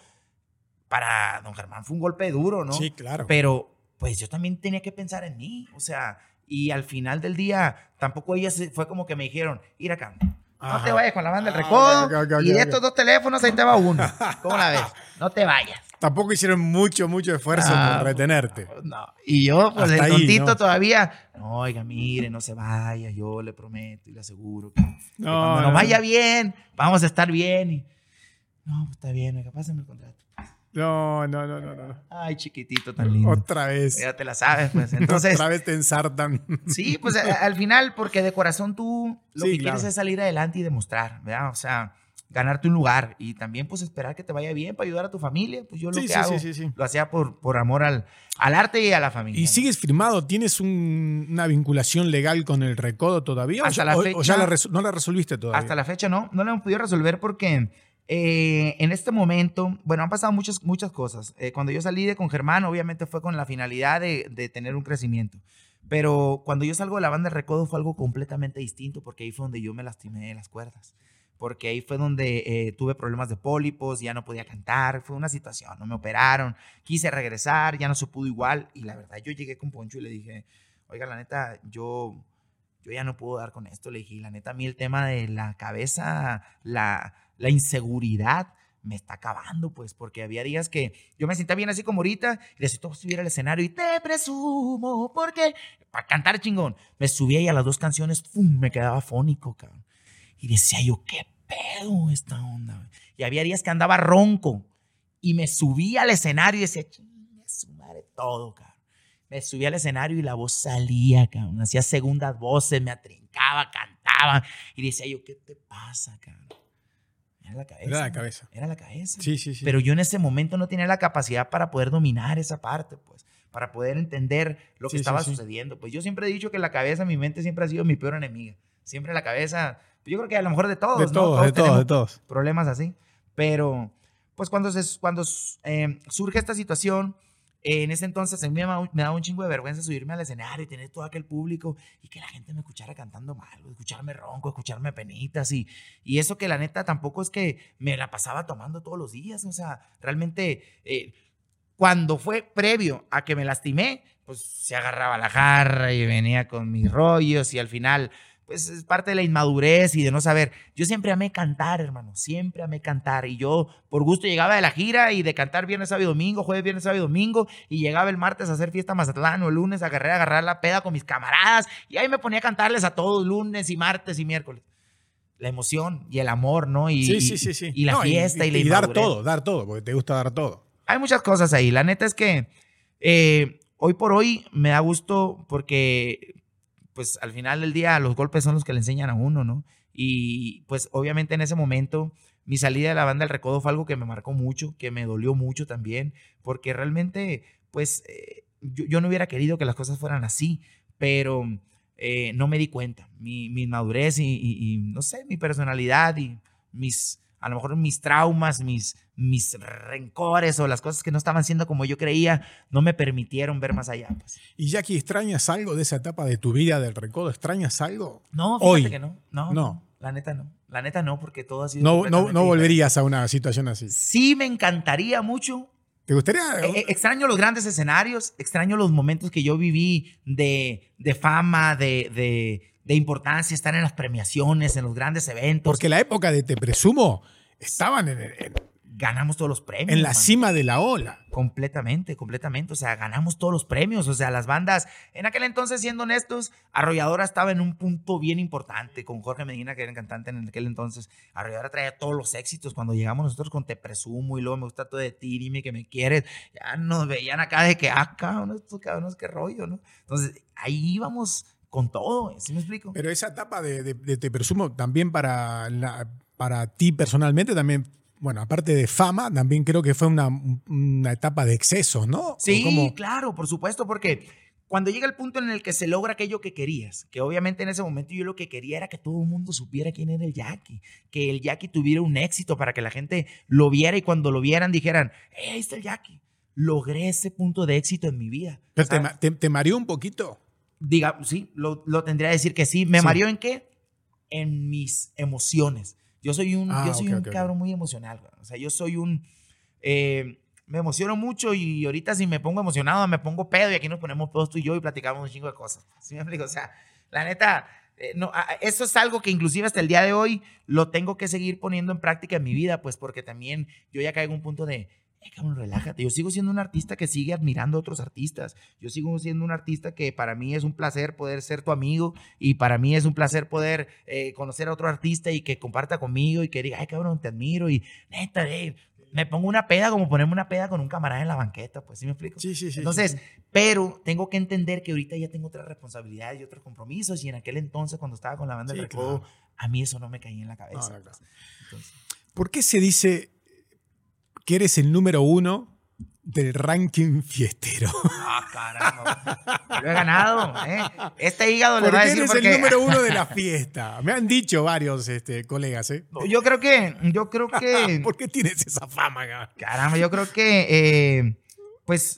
para don Germán fue un golpe duro, ¿no? Sí, claro. Pero pues yo también tenía que pensar en mí, o sea, y al final del día tampoco ellas fue como que me dijeron, ir acá, no Ajá. te vayas con la Banda del Recodo, ah, okay, okay, okay, y de okay. estos dos teléfonos ahí te va uno. ¿Cómo la ves? No te vayas. Tampoco hicieron mucho, mucho esfuerzo ah, por retenerte. No, y yo, pues hasta el tontito ahí, ¿no? Todavía, no, oiga, mire, no se vaya, yo le prometo y le aseguro que, no, que cuando no. nos vaya bien, vamos a estar bien. Y, no, pues está bien, oiga, pásame el contrato. No, no, no, no, no. Ay, chiquitito, tan lindo. Otra vez. Ya te la sabes, pues. Entonces, otra vez te ensartan. Sí, pues a, al final, porque de corazón tú lo sí, que claro. quieres es salir adelante y demostrar, ¿verdad? O sea, ganarte un lugar y también pues esperar que te vaya bien para ayudar a tu familia. Pues yo lo sí, que sí, hago, sí, sí, sí. lo hacía por, por amor al, al arte y a la familia. ¿Y sigues firmado? ¿Tienes un, una vinculación legal con el Recodo todavía? Hasta ¿O, la o, fecha, o ya la no la resolviste todavía? Hasta la fecha no, no la hemos podido resolver porque eh, en este momento, bueno, han pasado muchas, muchas cosas. Eh, cuando yo salí de con Germán, obviamente fue con la finalidad de, de tener un crecimiento. Pero cuando yo salgo de la Banda del Recodo fue algo completamente distinto porque ahí fue donde yo me lastimé las cuerdas. Porque ahí fue donde eh, tuve problemas de pólipos, ya no podía cantar, fue una situación, no me operaron, quise regresar, ya no se pudo igual. Y la verdad, yo llegué con Poncho y le dije, oiga, la neta, yo... yo ya no puedo dar con esto, le dije, la neta, a mí el tema de la cabeza, la, la inseguridad, me está acabando, pues, porque había días que yo me sentía bien así como ahorita, y necesito subir al escenario y te presumo, porque para cantar chingón, me subía y a las dos canciones, ¡pum!, me quedaba fónico, cabrón. Y decía yo, ¿qué pedo esta onda? Y había días que andaba ronco, y me subía al escenario y decía, chinga su madre, todo, cabrón. Me subía al escenario y la voz salía, cabrón. Hacía segundas voces, me atrincaba, cantaba. Y decía yo, ¿qué te pasa, cabrón? Era la cabeza. Era la cabeza. Era la cabeza. Sí, sí, sí. Pero yo en ese momento no tenía la capacidad para poder dominar esa parte, pues. Para poder entender lo que sí, estaba sí, sí. sucediendo. Pues yo siempre he dicho que la cabeza, mi mente siempre ha sido mi peor enemiga. Siempre la cabeza, yo creo que a lo mejor de todos, de ¿no? todos, todos de todos, de todos. Problemas así. Pero, pues cuando, se, cuando eh, surge esta situación... En ese entonces a mí me daba, me daba un chingo de vergüenza subirme al escenario y tener todo aquel público y que la gente me escuchara cantando mal, escucharme ronco, escucharme penitas y, y eso que la neta tampoco es que me la pasaba tomando todos los días, o sea, realmente eh, cuando fue previo a que me lastimé, pues se agarraba la jarra y venía con mis rollos y al final... pues es parte de la inmadurez y de no saber. Yo siempre amé cantar, hermano, siempre amé cantar. Y yo, por gusto, llegaba de la gira y de cantar viernes, sábado y domingo, jueves, viernes, sábado y domingo, y llegaba el martes a hacer fiesta en Mazatlán o el lunes a agarrar, a agarrar la peda con mis camaradas, y ahí me ponía a cantarles a todos, lunes y martes y miércoles. la emoción y el amor, ¿no? Y, sí, sí, sí, sí. y, y la no, fiesta y, y, y, y la dar inmadurez. todo, dar todo, porque te gusta dar todo. Hay muchas cosas ahí. La neta es que eh, hoy por hoy me da gusto porque, pues, al final del día los golpes son los que le enseñan a uno, ¿no? Y, pues, obviamente en ese momento mi salida de la banda El Recodo fue algo que me marcó mucho, que me dolió mucho también, porque realmente, pues, eh, yo, yo no hubiera querido que las cosas fueran así, pero eh, no me di cuenta. Mi, mi madurez y, y, y, no sé, mi personalidad y mis, a lo mejor mis traumas, mis, mis rencores o las cosas que no estaban siendo como yo creía, no me permitieron ver más allá. Pues. Y Jackie, ¿extrañas algo de esa etapa de tu vida del Recodo? ¿Extrañas algo? No, fíjate Hoy. que no. No, no. no. La neta no. La neta no, porque todo ha sido No, no, no volverías a una situación así. Sí, me encantaría mucho. ¿Te gustaría? Eh, extraño los grandes escenarios, extraño los momentos que yo viví de, de fama, de, de, de importancia, estar en las premiaciones, en los grandes eventos. Porque la época de Te Presumo estaban en... en ganamos todos los premios. En la man. cima de la ola. Completamente, completamente. O sea, ganamos todos los premios. O sea, las bandas, en aquel entonces, siendo honestos, Arrolladora estaba en un punto bien importante con Jorge Medina, que era el cantante en aquel entonces. Arrolladora traía todos los éxitos. Cuando llegamos nosotros con Te Presumo y luego Me Gusta Todo de Ti, Dime Que Me Quieres, ya nos veían acá de que, ah, cabrón, estos cabrones, qué rollo, ¿no? Entonces, ahí íbamos con todo, ¿sí me explico? Pero esa etapa de, de, de Te Presumo también para, la, para ti personalmente también... Bueno, aparte de fama, también creo que fue una, una etapa de excesos, ¿no? Sí, como... claro, por supuesto, porque cuando llega el punto en el que se logra aquello que querías, que obviamente en ese momento yo lo que quería era que todo el mundo supiera quién era el Jackie, que el Jackie tuviera un éxito para que la gente lo viera y cuando lo vieran dijeran, hey, ahí está el Jackie. Logré ese punto de éxito en mi vida. ¿Pero te, te, te mareó un poquito? Diga, sí, lo, lo tendría que decir que sí. ¿Me sí. mareó en qué? En mis emociones. Yo soy un, ah, yo soy okay, un okay, cabrón okay. muy emocional. O sea, yo soy un... Eh, me emociono mucho y ahorita si me pongo emocionado me pongo pedo y aquí nos ponemos pedos tú y yo y platicamos un chingo de cosas. ¿Sí me explico? O sea, la neta, eh, no, eso es algo que inclusive hasta el día de hoy lo tengo que seguir poniendo en práctica en mi vida, pues porque también yo ya caigo en un punto de... Eh, cabrón, relájate. Yo sigo siendo un artista que sigue admirando a otros artistas. Yo sigo siendo un artista que para mí es un placer poder ser tu amigo y para mí es un placer poder eh, conocer a otro artista y que comparta conmigo y que diga, ay, cabrón, te admiro y neta, eh, me pongo una peda como ponerme una peda con un camarada en la banqueta, pues, ¿sí me explico? Sí, sí, sí. Entonces, sí, sí. pero tengo que entender que ahorita ya tengo otras responsabilidades y otros compromisos y en aquel entonces cuando estaba con la banda sí, del Recodo, claro. a mí eso no me caía en la cabeza. No, no, claro. Entonces, ¿por qué se dice que eres el número uno del ranking fiestero? Ah, caramba. Lo he ganado, ¿eh? Este hígado le ¿Por va a qué decir eres porque... el número uno de la fiesta? Me han dicho varios este, colegas, ¿eh? Yo creo que... Yo creo que... ¿Por qué tienes esa fama? Caramba, yo creo que... Eh, pues...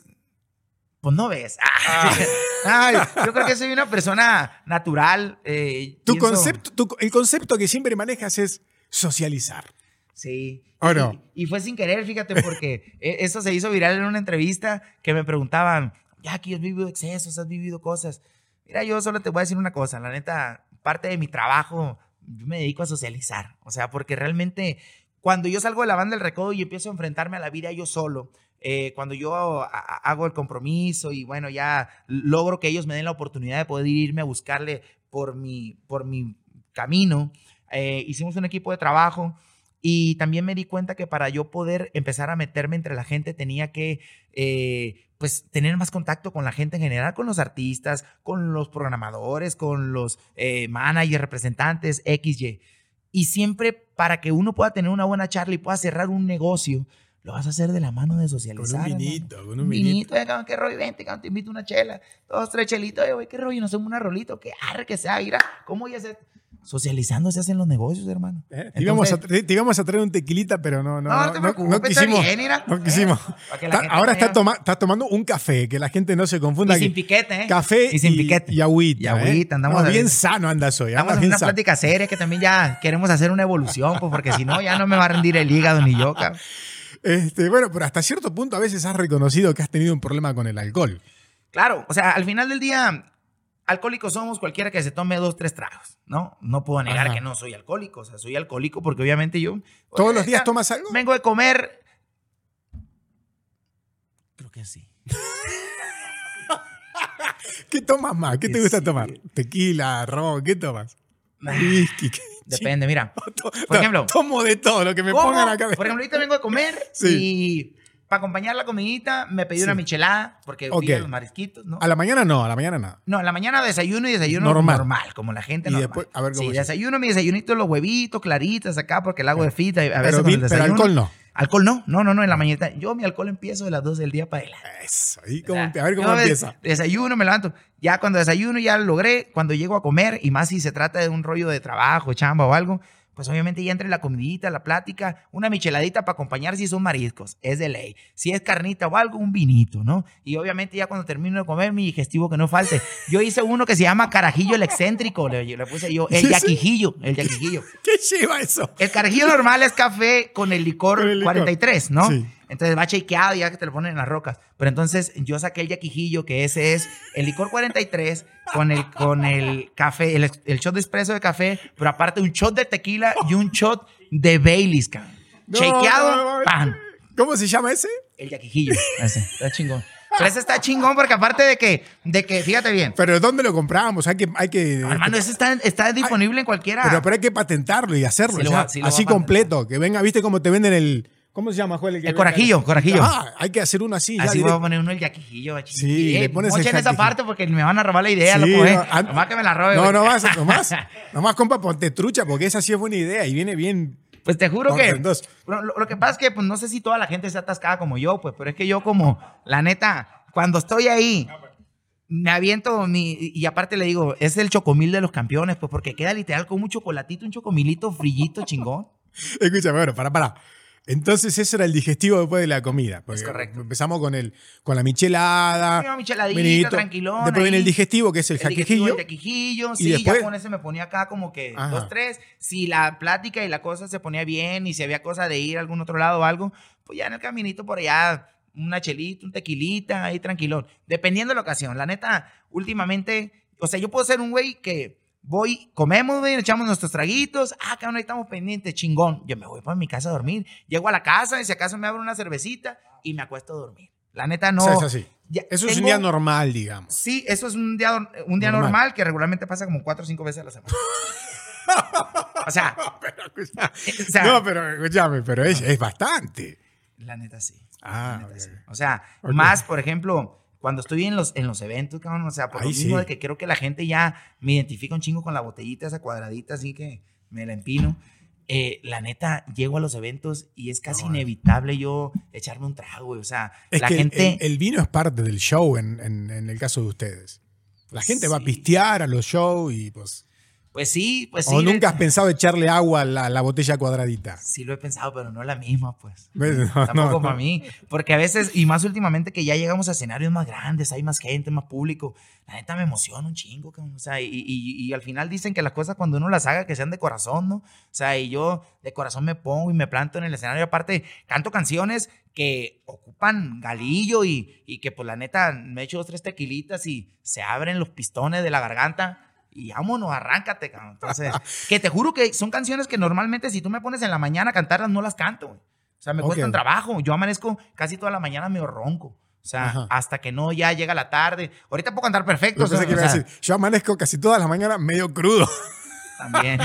Pues no ves. Ah. Ay, yo creo que soy una persona natural. Eh, tu pienso... concepto, tu, el concepto que siempre manejas es socializar. Sí. ¿O no? Y, y fue sin querer, fíjate, porque eso se hizo viral en una entrevista que me preguntaban, Jackie, ¿has vivido excesos? ¿Has vivido cosas? Mira, yo solo te voy a decir una cosa. La neta, parte de mi trabajo, yo me dedico a socializar. O sea, porque realmente cuando yo salgo de la banda del Recodo y empiezo a enfrentarme a la vida yo solo, eh, cuando yo hago el compromiso y bueno, ya logro que ellos me den la oportunidad de poder irme a buscarle por mi, por mi camino, eh, hicimos un equipo de trabajo. Y también me di cuenta que para yo poder empezar a meterme entre la gente tenía que eh, pues, tener más contacto con la gente en general, con los artistas, con los programadores, con los eh, managers, representantes, equis ye. Y siempre para que uno pueda tener una buena charla y pueda cerrar un negocio, lo vas a hacer de la mano de socializar. Con un vinito, hermano. con un vinito. vinito. Eh, cabrón, qué rollo, vente, cabrón, te invito una chela. Dos, tres chelitos, güey, qué rollo, nos hacemos una rolita, que arre, que sea, mira, ¿cómo ya se... Socializando se hacen los negocios, hermano. ¿Eh? Te, Entonces, íbamos a te, te íbamos a traer un tequilita, pero no, no, no, no, te no, no quisimos. Bien, mira, no quisimos. Eh, Ta, ahora estás toma, está tomando un café, que la gente no se confunda. Y sin piquete, ¿eh? Café y, sin piquete. y, y agüita. Y agüita, ¿eh? andamos no, bien sano andas hoy. Estamos en una sano. plática seria que también ya queremos hacer una evolución, pues, porque si no, ya no me va a rendir el hígado ni yo, cabrón. Este, bueno, pero hasta cierto punto a veces has reconocido que has tenido un problema con el alcohol. Claro, o sea, al final del día, alcohólicos somos cualquiera que se tome dos, tres tragos, ¿no? No puedo negar Ajá. que no soy alcohólico, o sea, soy alcohólico porque obviamente yo... ¿Todos oye, los días tomas algo? Vengo de comer... Creo que sí. ¿Qué tomas más? ¿Qué te gusta sí. tomar? ¿Tequila, ron? ¿Qué tomas? Nah. Whisky. Depende, mira. To- Por ejemplo, tomo de todo lo que me ¿cómo? pongan acá. Por ejemplo, ahorita vengo a comer Sí. y para acompañar la comidita me pedí Sí. una michelada porque fui Ok. a los marisquitos, ¿no? A la mañana no, a la mañana nada. No, en la mañana desayuno y desayuno Normal. normal, como la gente Y normal. después, a ver cómo Sí, es. desayuno mi desayunito, los huevitos, claritas acá, porque el agua de fita, a veces Pero, con vi- el pero desayuno. alcohol no. Alcohol no, no, no, no, en la mañana. Yo mi alcohol empiezo de las dos del día para adelante. Eso. ¿Y O cómo sea, empie- a ver cómo yo empieza. Desayuno, me levanto. Ya cuando desayuno ya lo logré. Cuando llego a comer, y más si se trata de un rollo de trabajo, chamba o algo, pues obviamente ya entre la comidita, la plática, una micheladita para acompañar si son mariscos, es de ley. Si es carnita o algo, un vinito, ¿no? Y obviamente ya cuando termino de comer, mi digestivo que no falte. Yo hice uno que se llama carajillo el excéntrico, le, le puse yo, el ¿Sí, sí? yaquijillo, el yaquijillo. ¿Qué lleva eso? El carajillo normal es café con el licor, Con el licor. cuarenta y tres, ¿no? Sí. Entonces va shakeado ya que te lo ponen en las rocas. Pero entonces yo saqué el yaquijillo, que ese es el licor cuarenta y tres con el, con el café, el, el shot de espresso de café, pero aparte un shot de tequila y un shot de Baileys, cabrón. No, shakeado, no, no. ¡pam! ¿Cómo se llama ese? El yaquijillo. Ese, está chingón. Pero ese está chingón porque aparte de que, de que fíjate bien. Pero ¿dónde lo compramos? Hay que... Hay que No, hermano, ese está, está disponible en cualquiera. pero, pero hay que patentarlo y hacerlo. Sí lo ya. va- sí lo así va a completo. Que venga, ¿viste cómo te venden el... ¿Cómo se llama, Joel? que El venga- corajillo, corajillo. Ah, hay que hacer uno así. ya Así directo. voy a poner uno el yaquijillo. Sí, eh, le pones el mochen esa yaquijillo. parte porque me van a robar la idea, Sí, loco, eh. no, an- Nomás que me la robe. No, güey. no más, nomás. Nomás, compa, ponte trucha, porque esa sí es buena idea y viene bien. Pues te juro que... Entonces, Lo, lo- lo que pasa es que pues, no sé si toda la gente se atascada como yo, pues, pero es que yo como, la neta, cuando estoy ahí, me aviento mi... Y aparte le digo, es el chocomil de los campeones, pues, porque queda literal como un chocolatito, un chocomilito frillito chingón. escúchame, bueno, para, para. Entonces, ese era el digestivo después de la comida. Porque Es correcto. Empezamos con, el, con la michelada. Una micheladita, vinito. tranquilón. Después viene ahí. el digestivo, que es el, El digestivo, jaquejillo. el yaquijillo, Y sí, después- ya con ese me ponía acá como que Ajá. dos, tres. Si la plática y la cosa se ponía bien y si había cosa de ir a algún otro lado o algo, pues ya en el caminito por allá, una chelita, un tequilita, ahí tranquilón. Dependiendo de la ocasión. La neta, últimamente, o sea, yo puedo ser un güey que voy, comemos, güey, echamos nuestros traguitos. Ah, cabrón, ahí estamos pendientes, chingón. Yo me voy para mi casa a dormir. Llego a la casa y si acaso me abro una cervecita y me acuesto a dormir. La neta no. O sea, es así. Ya Eso es un tengo- día normal, digamos. Sí, eso es un día, un día normal. Normal. que regularmente pasa como cuatro o cinco veces a la semana. O sea, Pero, escucha- o sea, no, pero escúchame, pero es, es bastante. la neta sí. Ah, La neta ok. sí. O sea, Ok. más, por ejemplo, cuando estoy en los, en los eventos, cabrón, o sea, por Ahí lo mismo sí. de que creo que la gente ya me identifica un chingo con la botellita, esa cuadradita, así que me la empino. Eh, la neta, llego a los eventos y es casi No, inevitable yo echarme un trago, güey. O sea, Es la que el- gente... el, el vino es parte del show en, en- en el caso de ustedes. La gente va a Sí. pistear a los shows y pues... Pues sí, pues sí. ¿O le- nunca has pensado echarle agua a la, la botella cuadradita? Sí lo he pensado, pero no la misma, pues. ¿Ves? No, Tampoco no, para no. mí. Porque a veces, y más últimamente que ya llegamos a escenarios más grandes, hay más gente, más público. La neta me emociona un chingo, cabrón. O sea, y, y, y al final dicen que las cosas cuando uno las haga, que sean de corazón, ¿no? O sea, y yo de corazón me pongo y me planto en el escenario. Aparte, canto canciones que ocupan galillo y, y que, pues, la neta, me echo dos, tres tequilitas y se abren los pistones de la garganta. Y vámonos, arráncate, cabrón. Entonces, que te juro que son canciones que normalmente si tú me pones en la mañana a cantarlas, no las canto, güey. O sea, me Ok. cuesta un trabajo. Yo amanezco casi toda la mañana medio ronco. O sea, Ajá. hasta que no ya llega la tarde. Ahorita puedo cantar perfecto. Yo o sea, pensé que o iba a sea, decir, yo amanezco casi todas las mañanas medio crudo. También.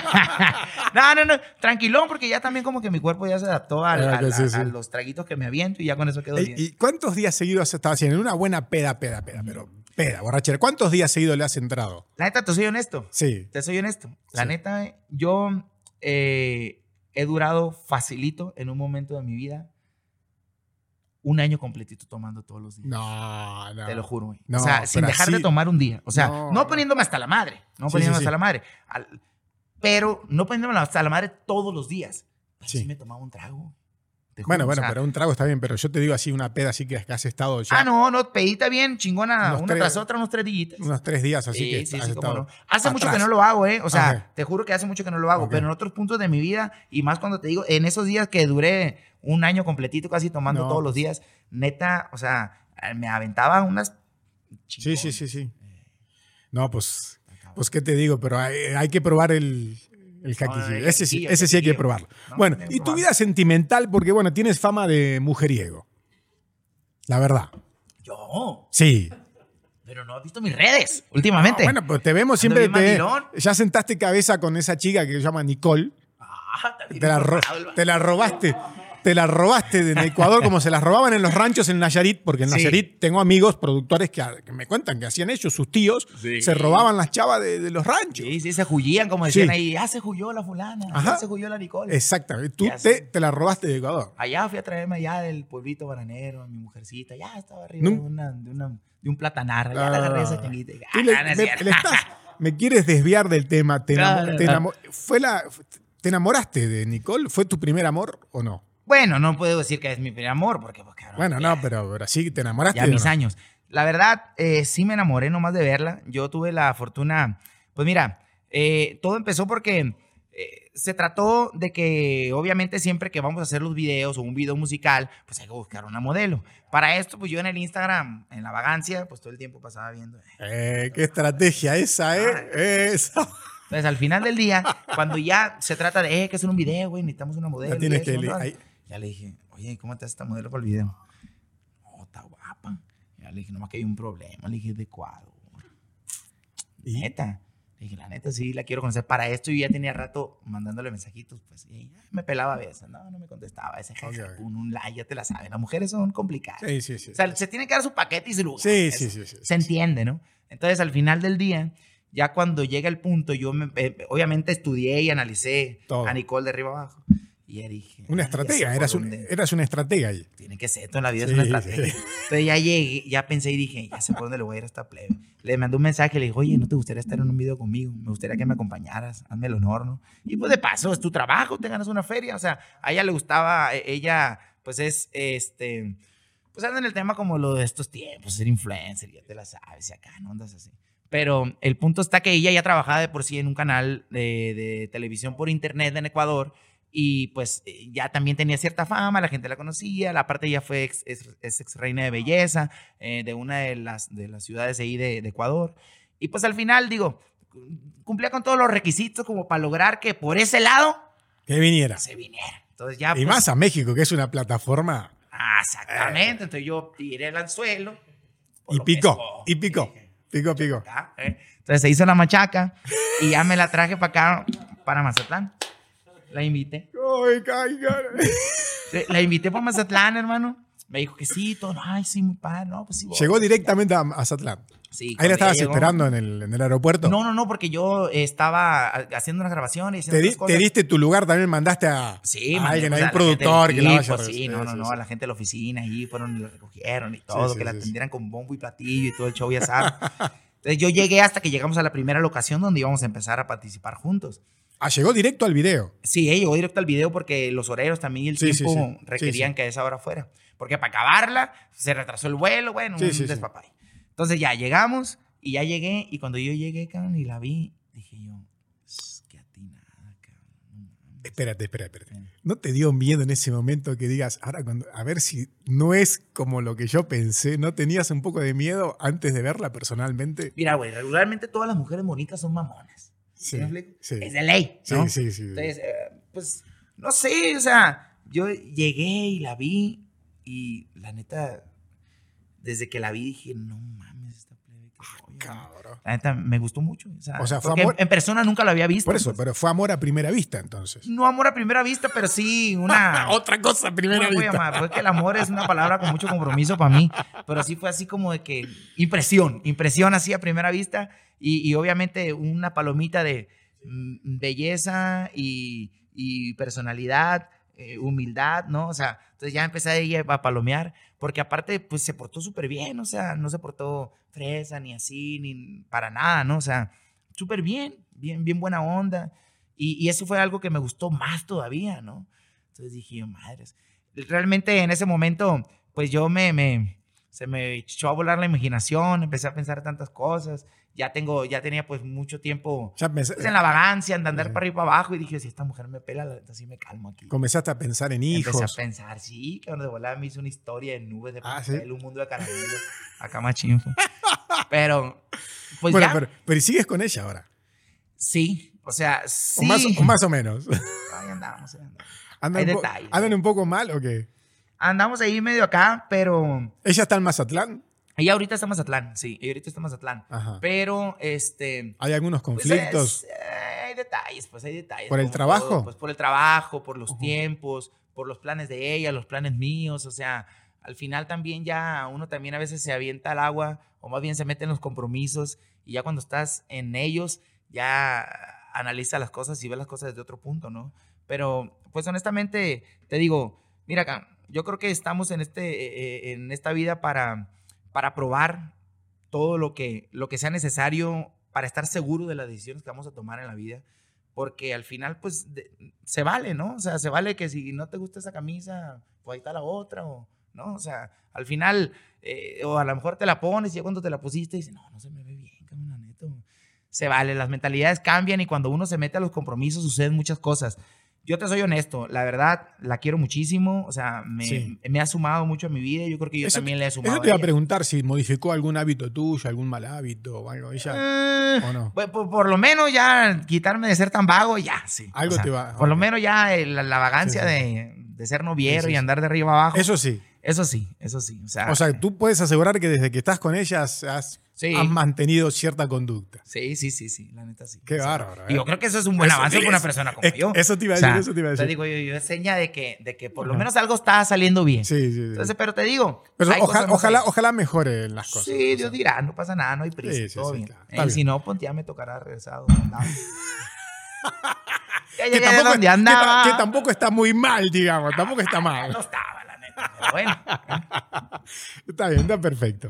no, no, no. Tranquilón, porque ya también como que mi cuerpo ya se adaptó al- Ah, al- que sí, a, sí. a los traguitos que me aviento y ya con eso quedo Ey, bien. ¿Y cuántos días seguidos has estado haciendo? En una buena peda, peda, peda, pero peda, borrachera. ¿Cuántos días seguidos le has entrado? La neta, te soy honesto. Sí. Te soy honesto. La Sí. neta, yo eh, he durado facilito en un momento de mi vida un año completito tomando todos los días. No, no. Te lo juro, güey. No, o sea, sin pero dejar de así- tomar un día. O sea, No, no, no. poniéndome hasta la madre. No Sí, poniéndome sí, sí. hasta la madre. Al- pero no poniéndome hasta la madre todos los días. Pero sí, Sí. me tomaba un trago. Te juro, Bueno, o bueno, sea, pero un trago está bien, pero yo te digo así una peda así que has estado ya Ah, no, no, pedita bien, chingona, Unos una tres- tras otra, unos tres días. unos tres días así Sí, que sí, has sí, cómo estado no. Hace mucho que atrás. no lo hago, ¿eh? O sea, Ok. te juro que hace mucho que no lo hago, Ok. pero en otros puntos de mi vida, y más cuando te digo, en esos días que duré un año completito casi tomando No, todos los pues. días, neta, o sea, me aventaba unas... Sí, chingón. sí, sí, sí. No, pues, pues qué te digo, pero hay, hay que probar el, el jaquijillo. No, el ese sí, jaquijillo, ese sí hay que jaquijillo. probarlo. No, Bueno, tiene que y tu probarlo. vida sentimental, porque bueno, tienes fama de mujeriego. La verdad. Yo, Sí. Pero no has visto mis redes últimamente. No, bueno, pues te vemos siempre. Ando bien mandilón. Ya sentaste cabeza con esa chica que se llama Nicole. Ah, te, la ro- te la robaste. Te la robaste en Ecuador como se las robaban en los ranchos en Nayarit, porque en Sí. Nayarit tengo amigos productores que, que me cuentan que hacían ellos, sus tíos, Sí. se robaban las chavas de, de los ranchos. Sí, sí, se jullían, como decían Sí. ahí. Ya se julló la fulana, Ajá. ya se julló la Nicole. Exactamente. Tú Ya te, sé. te la robaste de Ecuador. Allá fui a traerme allá del pueblito bananero, a mi mujercita. Ya estaba arriba No. de, una, de, una, de un platanar. Ya la agarré esa changuita. y, Tú ah, le- no, no es me, cierto. le estás- me quieres desviar del tema. ¿Te, enamo- No, no, te no. enamo- fue la, ¿Te enamoraste de Nicole? ¿Fue tu primer amor o no? Bueno, no puedo decir que es mi primer amor, porque, pues, cabrón, Bueno, ya- no, pero, pero sí, ¿te enamoraste? ya o mis no? años. La verdad, eh, sí me enamoré nomás de verla. Yo tuve la fortuna, pues mira, eh, todo empezó porque eh, se trató de que obviamente siempre que vamos a hacer los videos o un video musical, pues hay que buscar una modelo. Para esto, pues yo en el Instagram, en la vagancia, pues todo el tiempo pasaba viendo. Eh, qué estrategia esa, ¿eh? Esa. Entonces, al final del día, cuando ya se trata de, eh, que hacer un video, güey, necesitamos una modelo. La tienes y que eso, li- ¿no? ahí. Ya le dije, oye, ¿cómo te hace esta modelo para el video? Oh, está guapa. Ya le dije, nomás que hay un problema. Le dije, de Ecuador. ¿Y? Neta. Le dije, la neta, sí, la quiero conocer. Para esto yo ya tenía rato mandándole mensajitos, pues. Y ella me pelaba a veces. No, no me contestaba. Ese Ok. jaja, un, un like, ya te la saben. Las mujeres son complicadas. Sí, sí, sí. O sea, se tiene que dar su paquete y su lugar. Sí, Eso sí, sí, sí, Se sí. entiende, ¿no? Entonces, al final del día, ya cuando llega el punto, yo me- eh, obviamente estudié y analicé Todo. a Nicole de arriba abajo. Y ya dije... Una "Ay, ya sé estratega, por eras, un, dónde". eras una estratega ahí. Tiene que ser, toda la vida Sí, es una estrategia. sí. Entonces ya llegué, ya pensé y dije, ya sé por dónde le voy a ir a esta plebe. Le mandé un mensaje, le dije, oye, ¿no te gustaría estar en un video conmigo? Me gustaría que me acompañaras, hazme el honor, ¿no? Y pues de paso, es tu trabajo, te ganas una feria. O sea, a ella le gustaba, e- ella pues es, este, pues anda en el tema como lo de estos tiempos, ser influencer, ya te la sabes, y acá, ¿no? Andas así. Pero el punto está que ella ya trabajaba de por sí en un canal de, de televisión por internet en Ecuador y pues eh, ya también tenía cierta fama, la gente la conocía, la parte ella fue ex, es, es ex reina de belleza eh, de una de las, de las ciudades ahí de, de Ecuador. Y pues al final, digo, cumplía con todos los requisitos como para lograr que por ese lado Que viniera. se viniera. Entonces ya... Y pues, más a México, que es una plataforma. ah, exactamente. Entonces yo tiré el anzuelo. por Y lo que picó, es- y picó. Picó, picó. acá, ¿eh? Entonces se hizo la machaca y ya me la traje para acá, para Mazatlán. La invité. Ay, ay, ay. Sí, la invité para Mazatlán, hermano. Me dijo que sí, todo. Ay, sí, muy padre. No, pues sí. voy. Llegó directamente a Mazatlán. Sí, Ahí cuando la estabas ella llegó- esperando en el, en el aeropuerto. No, no, no, porque yo estaba haciendo unas grabaciones y haciendo Te, di- otras cosas. te diste tu lugar, también mandaste a, Sí, a mandé, alguien, pues, hay a un la gente del productor que la vaya equipo, a Sí, recibir. no, no, Sí, no, sí, a la gente de la oficina ahí fueron y lo recogieron y todo, Sí, sí, que la sí, sí. atendieran con bombo y platillo y todo el show, ya sabes. Entonces yo llegué hasta que llegamos a la primera locación donde íbamos a empezar a participar juntos. Ah, llegó directo al video. Sí, eh, llegó directo al video porque los horarios también y el Sí, sí, tiempo sí. requerían Sí, sí. que a esa hora fuera. Porque para acabarla se retrasó el vuelo, bueno, Sí, un sí, sí. despapay. Entonces ya llegamos y ya llegué y cuando yo llegué, cabrón, y la vi, dije yo, "Ss, qué atinada, cabrón. no mames". Espérate, espérate, espérate. Sí. ¿No te dio miedo en ese momento que digas, ahora cuando, a ver si no es como lo que yo pensé? ¿No tenías un poco de miedo antes de verla personalmente? Mira, güey, regularmente todas las mujeres bonitas son mamonas. Sí, ¿Me explico? sí. Es de ley, Sí, ¿no? sí, sí. Entonces, eh, pues, no sé, o sea, yo llegué y la vi y la neta, desde que la vi dije, no mames, esta plebe que rollo, ¿no?". Cabrón. La neta, me gustó mucho. O sea, O sea, fue porque amor- en, en persona nunca la había visto. Por eso, pues. pero fue amor a primera vista entonces. No amor a primera vista, pero sí una... Otra cosa a primera ¿Cómo lo voy a vista. llamar? Porque el amor es una palabra con mucho compromiso para mí, pero sí fue así como de que impresión, impresión así a primera vista y, y obviamente una palomita de mm, belleza y, y personalidad, eh, humildad, ¿no? O sea, entonces ya empecé a ella a palomear, porque aparte pues se portó súper bien, o sea, no se portó fresa ni así, ni para nada, ¿no? O sea, súper bien, bien, bien buena onda y, y eso fue algo que me gustó más todavía, ¿no? Entonces dije yo, madres. Realmente en ese momento, pues yo me, me, se me echó a volar la imaginación, empecé a pensar tantas cosas. Ya tengo, ya tenía pues mucho tiempo Ya pensé- pues, en la vagancia, en andar Sí. para arriba y para abajo. Y dije, si esta mujer me pela, la neta sí me calmo aquí. Comenzaste a pensar en hijos. Empecé a pensar, sí, que de volada me hizo una historia de nubes de Ah, papel, ¿sí? un mundo de caramelos. Acá más chinfo. Pero, pues bueno, ya, pero, pero ¿y sigues con ella ahora? sí. O sea, sí. O, más, o más o menos. Ahí andamos, ahí andamos. ¿Andan, Hay un po- detalles. ¿Andan un poco mal o qué? Andamos ahí medio acá, pero ¿Ella está en Mazatlán? Ella ahorita está en Mazatlán, sí, ella ahorita está en Mazatlán. Ajá. Pero, este... ¿Hay algunos conflictos? Pues es, eh, hay detalles, pues hay detalles. ¿Por el trabajo? Todo, pues por el trabajo, por los Uh-huh. tiempos, por los planes de ella, los planes míos, o sea, al final también ya uno también a veces se avienta al agua, o más bien se mete en los compromisos, y ya cuando estás en ellos, ya analiza las cosas y ve las cosas desde otro punto, ¿no? Pero, pues honestamente, te digo, mira acá, yo creo que estamos en, este, eh, en esta vida para, para probar todo lo que, lo que sea necesario para estar seguro de las decisiones que vamos a tomar en la vida, porque al final, pues, de, se vale, ¿no? O sea, se vale que si no te gusta esa camisa, pues ahí está la otra, o, ¿no? O sea, al final, eh, o a lo mejor te la pones y ya cuando te la pusiste, dices, no, no se me ve bien, cabrón, la neta. Se vale, las mentalidades cambian y cuando uno se mete a los compromisos suceden muchas cosas. Yo te soy honesto, la verdad, la quiero muchísimo, o sea, me, Sí. me ha sumado mucho a mi vida y yo creo que yo Eso, también le he sumado eso te iba a a ella. preguntar si modificó algún hábito tuyo, algún mal hábito o algo. ¿Ella, Eh, o no? pues, por, por lo menos ya quitarme de ser tan vago, ya, sí. Algo O sea, te va- Por lo ok. menos ya eh, la, la vagancia Sí, sí. De, de ser noviero Sí, sí, y sí. andar de arriba abajo. Eso sí. Eso sí, eso sí. O sea, O sea, tú puedes asegurar que desde que estás con ella has, has, Sí. has mantenido cierta conducta. sí, sí, sí, sí, la neta sí. Qué O sea, bárbaro, Y ¿eh? yo creo que eso es un buen Eso avance sí, para una es- persona como es- yo. eso te iba a O sea, decir, eso te iba a decir. Te digo, yo, yo es seña de que, de que por lo Ajá. menos algo está saliendo bien. Sí, sí, sí. Entonces, pero te digo. Pero hay ojalá, cosas más ojalá, ahí. ojalá mejoren las cosas. Sí, o sea. Dios dirá, no pasa nada, no hay prisa, Sí, sí, todo sí, bien. claro. Está Eh, bien. si no, pues ya me tocará regresar a donde andaba. Ya Que llegué de tampoco, donde que ta- andaba. que tampoco está muy mal, digamos. Tampoco está mal. No estaba, la neta, pero bueno. Está bien, está perfecto.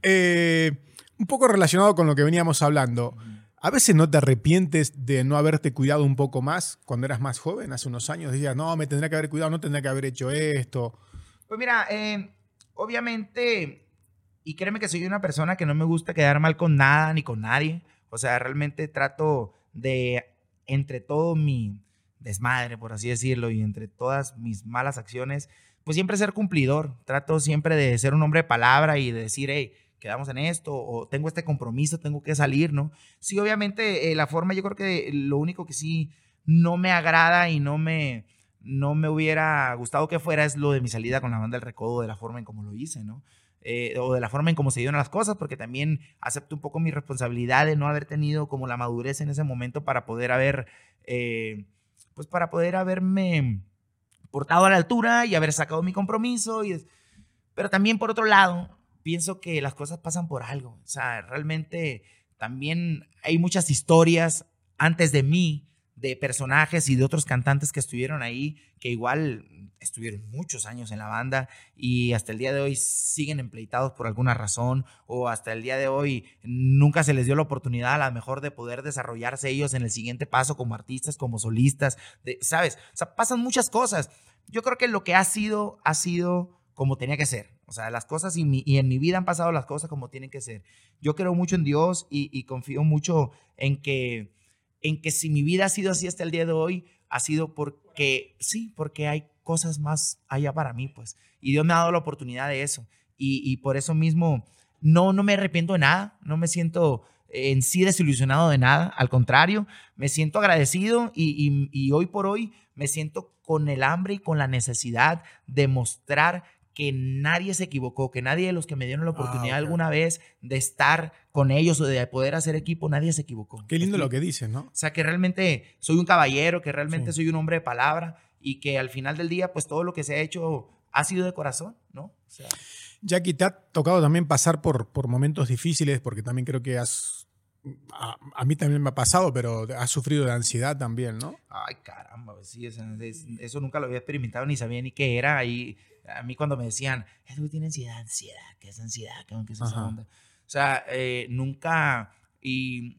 Eh, un poco relacionado con lo que veníamos hablando. ¿A veces no te arrepientes de no haberte cuidado un poco más cuando eras más joven, hace unos años? Decías, no, me tendría que haber cuidado, no tendría que haber hecho esto. Pues mira, eh, obviamente, y créeme que soy una persona que no me gusta quedar mal con nada ni con nadie. O sea, realmente trato de, entre todo mi desmadre, por así decirlo, y entre todas mis malas acciones, pues siempre ser cumplidor. Trato siempre de ser un hombre de palabra y de decir, hey, quedamos en esto, o tengo este compromiso, tengo que salir, ¿no? Sí, obviamente, eh, la forma, yo creo que lo único que sí no me agrada y no me, no me hubiera gustado que fuera es lo de mi salida con la banda del Recodo, de la forma en cómo lo hice, ¿no? Eh, o de la forma en cómo se dieron las cosas, porque también acepto un poco mi responsabilidad de no haber tenido como la madurez en ese momento para poder haber, eh, pues para poder haberme portado a la altura y haber sacado mi compromiso. Y, pero también por otro lado, pienso que las cosas pasan por algo. O sea, realmente también hay muchas historias antes de mí, de personajes y de otros cantantes que estuvieron ahí, que igual estuvieron muchos años en la banda y hasta el día de hoy siguen empleitados por alguna razón, o hasta el día de hoy nunca se les dio la oportunidad a lo mejor de poder desarrollarse ellos en el siguiente paso como artistas, como solistas, de, ¿sabes? O sea, pasan muchas cosas. Yo creo que lo que ha sido, ha sido como tenía que ser. O sea, las cosas y, mi, y en mi vida han pasado las cosas como tienen que ser. Yo creo mucho en Dios y, y confío mucho en que, en que si mi vida ha sido así hasta el día de hoy, ha sido porque, sí, porque hay cosas más allá para mí, pues. Y Dios me ha dado la oportunidad de eso. Y, y por eso mismo, no, no me arrepiento de nada, no me siento en sí desilusionado de nada, al contrario, me siento agradecido y, y, y hoy por hoy me siento con el hambre y con la necesidad de mostrar que nadie se equivocó, que nadie de los que me dieron la oportunidad Ah, ok. alguna vez de estar con ellos o de poder hacer equipo, nadie se equivocó. Qué lindo Estoy- lo que dices, ¿no? O sea, que realmente soy un caballero, que realmente Sí. soy un hombre de palabra y que al final del día, pues todo lo que se ha hecho ha sido de corazón, ¿no? O sea, Jackie, te ha tocado también pasar por, por momentos difíciles, porque también creo que has... A, a mí también me ha pasado, pero has sufrido de ansiedad también, ¿no? ay, caramba, pues sí, eso, es- eso nunca lo había experimentado ni sabía ni qué era. Ahí, a mí cuando me decían, es que tiene ansiedad, ansiedad, ¿qué es ansiedad? ¿Qué es esa Ajá. onda? O sea, eh, nunca, y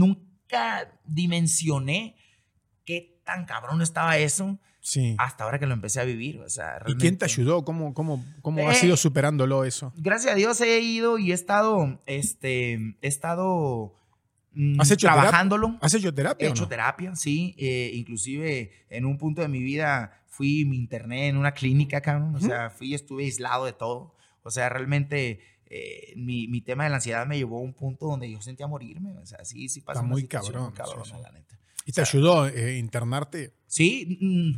nunca dimensioné qué tan cabrón estaba eso Sí. hasta ahora que lo empecé a vivir. O sea, ¿Y quién te realmente- ayudó? ¿Cómo, cómo, cómo Eh, has ido superándolo eso? Gracias a Dios he ido y he estado, este, he estado mm, ¿Has hecho terapia? trabajándolo. ¿Has hecho terapia He o hecho no? terapia, sí. Eh, inclusive en un punto de mi vida fui, me interné en una clínica, cabrón. O Ujú. sea, fui y estuve aislado de todo. O sea, realmente eh, mi, mi tema de la ansiedad me llevó a un punto donde yo sentía morirme. O sea, sí, sí pasa Está una muy situación cabrón, muy cabrona, sí, sí. la neta. ¿Y te ayudó eh, internarte? Sí, mm,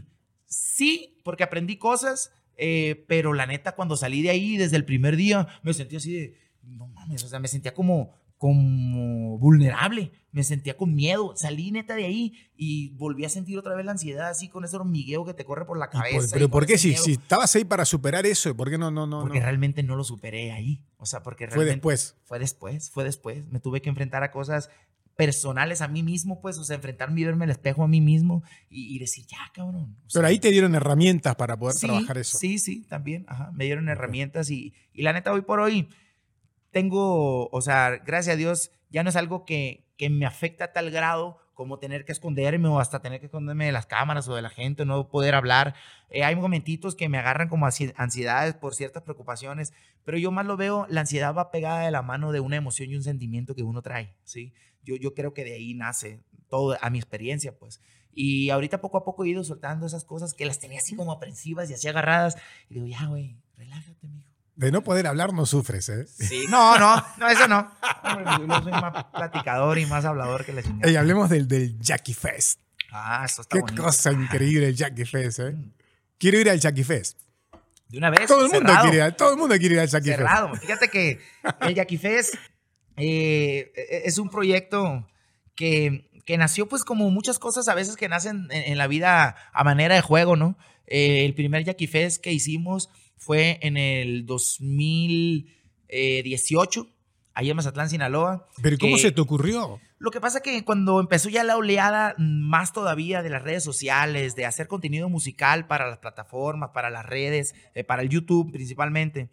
sí, porque aprendí cosas, eh, pero la neta, cuando salí de ahí, desde el primer día, me sentí así de, no mames, o sea, me sentía como, como vulnerable, me sentía con miedo, salí neta de ahí y volví a sentir otra vez la ansiedad, así con ese hormigueo que te corre por la cabeza. Por, pero ¿por qué si, si estabas ahí para superar eso? ¿Por qué no? no, no porque no? realmente no lo superé ahí, o sea, porque fue realmente... después. Fue después, fue después, me tuve que enfrentar a cosas personales a mí mismo, pues, o sea, enfrentarme y verme al espejo a mí mismo y, y decir, ya, cabrón. O sea, pero ahí te dieron herramientas para poder sí, trabajar eso. Sí, sí, también, ajá, me dieron Okay. herramientas y, y la neta, hoy por hoy tengo, o sea, gracias a Dios, ya no es algo que, que me afecta a tal grado como tener que esconderme o hasta tener que esconderme de las cámaras o de la gente, no poder hablar. Eh, hay momentitos que me agarran como ansiedades por ciertas preocupaciones, pero yo más lo veo, la ansiedad va pegada de la mano de una emoción y un sentimiento que uno trae, ¿sí? Yo, yo creo que de ahí nace todo, a mi experiencia, pues. Y ahorita poco a poco he ido soltando esas cosas que las tenía así como aprensivas y así agarradas. Y digo, ya, güey, relájate, mijo. De no poder hablar no sufres, ¿eh? Sí, no, no, no, eso no. Yo soy más platicador y más hablador que la chingada. Hey, hablemos del, del Jackie Fest. Ah, eso está Qué bonito. cosa increíble el Jackie Fest, ¿eh? Quiero ir al Jackie Fest. De una vez, Todo el mundo cerrado. quiere ir, todo el mundo quiere ir al Jackie Cerrado. Fest. Fíjate que el Jackie Fest eh, es un proyecto que, que nació pues como muchas cosas a veces que nacen en, en la vida a manera de juego, ¿no? Eh, el primer Jackie Fest que hicimos fue en el dos mil dieciocho, ahí en Mazatlán, Sinaloa. Pero ¿cómo que, se te ocurrió? Lo que pasa que cuando empezó ya la oleada más todavía de las redes sociales, de hacer contenido musical para las plataformas, para las redes, eh, para el YouTube principalmente,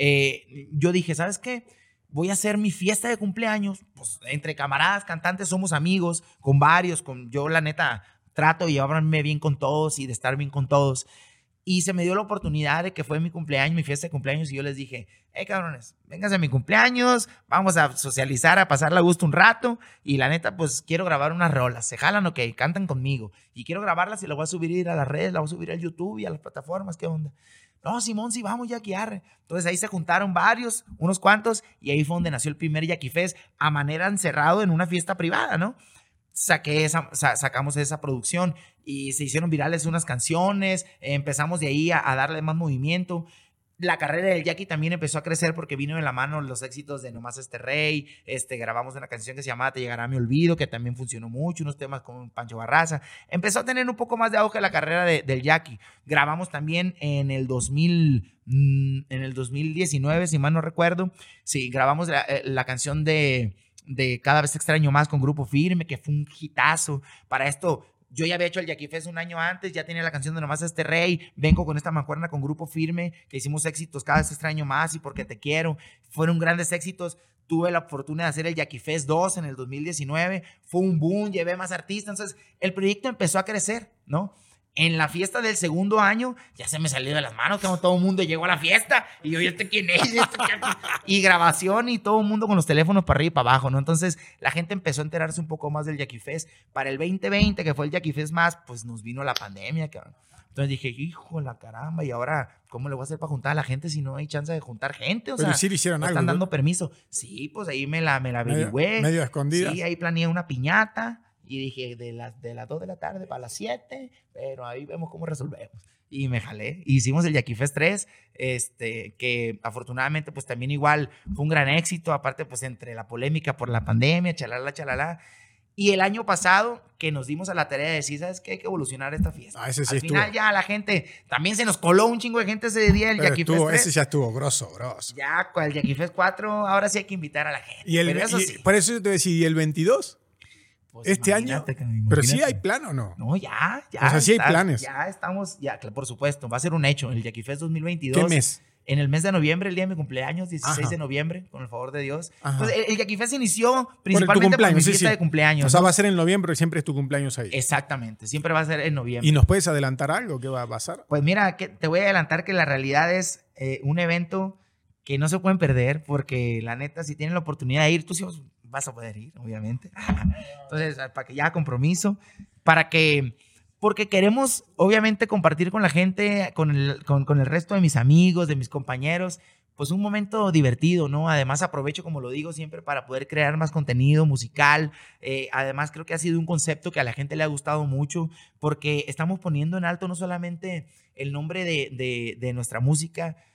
eh, yo dije, ¿sabes qué? Voy a hacer mi fiesta de cumpleaños, pues entre camaradas, cantantes, somos amigos, con varios, con yo la neta trato de llevarme bien con todos y de estar bien con todos. Y se me dio la oportunidad de que fue mi cumpleaños, mi fiesta de cumpleaños, y yo les dije, hey, cabrones, vénganse a mi cumpleaños, vamos a socializar, a pasarla a gusto un rato, y la neta, pues, quiero grabar unas rolas, se jalan, ok, cantan conmigo, y quiero grabarlas y las voy a subir a las redes, las voy a subir al YouTube y a las plataformas, ¿qué onda? No, Simón, sí, vamos, Jackie, arre. Entonces ahí se juntaron varios, unos cuantos, y ahí fue donde nació el primer Jackie Fest, a manera encerrado en una fiesta privada, ¿no? Saqué esa, sacamos esa producción y se hicieron virales unas canciones, empezamos de ahí a, a darle más movimiento. La carrera del Jackie también empezó a crecer porque vino de la mano los éxitos de Nomás Este Rey, este, grabamos una canción que se llamaba Te Llegará Mi Olvido, que también funcionó mucho, unos temas con Pancho Barraza. Empezó a tener un poco más de auge la carrera de, del Jackie. Grabamos también en el dos mil, en el dos mil diecinueve, si mal no recuerdo, sí, grabamos la, la canción de... de Cada Vez Te Extraño Más con Grupo Firme, que fue un hitazo. Para esto, yo ya había hecho el Jackie Fest un año antes, ya tenía la canción de Nomás Este Rey, vengo con esta mancuerna con Grupo Firme, que hicimos éxitos Cada Vez Te Extraño Más y Porque Te Quiero. Fueron grandes éxitos. Tuve la fortuna de hacer el Jackie Fest dos en el dos mil diecinueve. Fue un boom, llevé más artistas. Entonces, el proyecto empezó a crecer, ¿no? En la fiesta del segundo año, ya se me salió de las manos, como todo el mundo llegó a la fiesta, y yo, ¿y este quién es? ¿Y, este quién es? Y grabación, y todo el mundo con los teléfonos para arriba y para abajo, ¿no? Entonces, la gente empezó a enterarse un poco más del Jackie Fest. Para el veinte veinte, que fue el Jackie Fest más, pues nos vino la pandemia, cabrón. Entonces dije, hijo la caramba, y ahora, ¿cómo le voy a hacer para juntar a la gente si no hay chance de juntar gente? O Pero sea, sí le hicieron no algo, están ¿no? dando permiso. Sí, pues ahí me la, me la Medio- averigüé. medio escondidas. Sí, ahí planeé una piñata. Y dije, de las, de las dos de la tarde para las siete, pero ahí vemos cómo resolvemos. Y me jalé. Hicimos el Jackie Fest tres, este, que afortunadamente pues también igual fue un gran éxito, aparte pues entre la polémica por la pandemia, chalala, chalala. Y el año pasado que nos dimos a la tarea de decir, ¿sabes qué? Hay que evolucionar esta fiesta. Ah, ese sí Al final estuvo. ya la gente, también se nos coló un chingo de gente ese día del Pero Jackie estuvo, Fest tres. ese ya estuvo grosso, grosso. Ya con el Jackie Fest cuatro, ahora sí hay que invitar a la gente. Y el, pero eso y- sí. Por eso yo te decía, ¿y el veintidós? Pues ¿Este año? imagínate, cabrón, Pero sí imagínate. hay plan o no. No, ya, ya. O sea, sí hay está- planes. Ya estamos, ya, claro, por supuesto, va a ser un hecho. El Jackie Fest dos mil veintidós. ¿Qué mes? En el mes de noviembre, el día de mi cumpleaños, dieciséis Ajá. de noviembre, con el favor de Dios. Ajá. Pues el, el Jackie Fest inició Por el- tu principalmente por, mi cumpleaños, sí, fiesta sí. de cumpleaños. O sea, ¿no? va a ser en noviembre y siempre es tu cumpleaños ahí. Exactamente, siempre va a ser en noviembre. ¿Y nos puedes adelantar algo? ¿Qué va a pasar? Pues mira, que te voy a adelantar que la realidad es eh, un evento que no se pueden perder, porque la neta, si tienen la oportunidad de ir, tú sí vas a poder ir, obviamente. Entonces, para que ya compromiso, para que, porque queremos, obviamente, compartir con la gente, con el, con, con el resto de mis amigos, de mis compañeros, pues un momento divertido, ¿no? Además aprovecho, como lo digo siempre, para poder crear más contenido musical. Eh, además creo que ha sido un concepto que a la gente le ha gustado mucho, porque estamos poniendo en alto no solamente el nombre de, de, de nuestra música,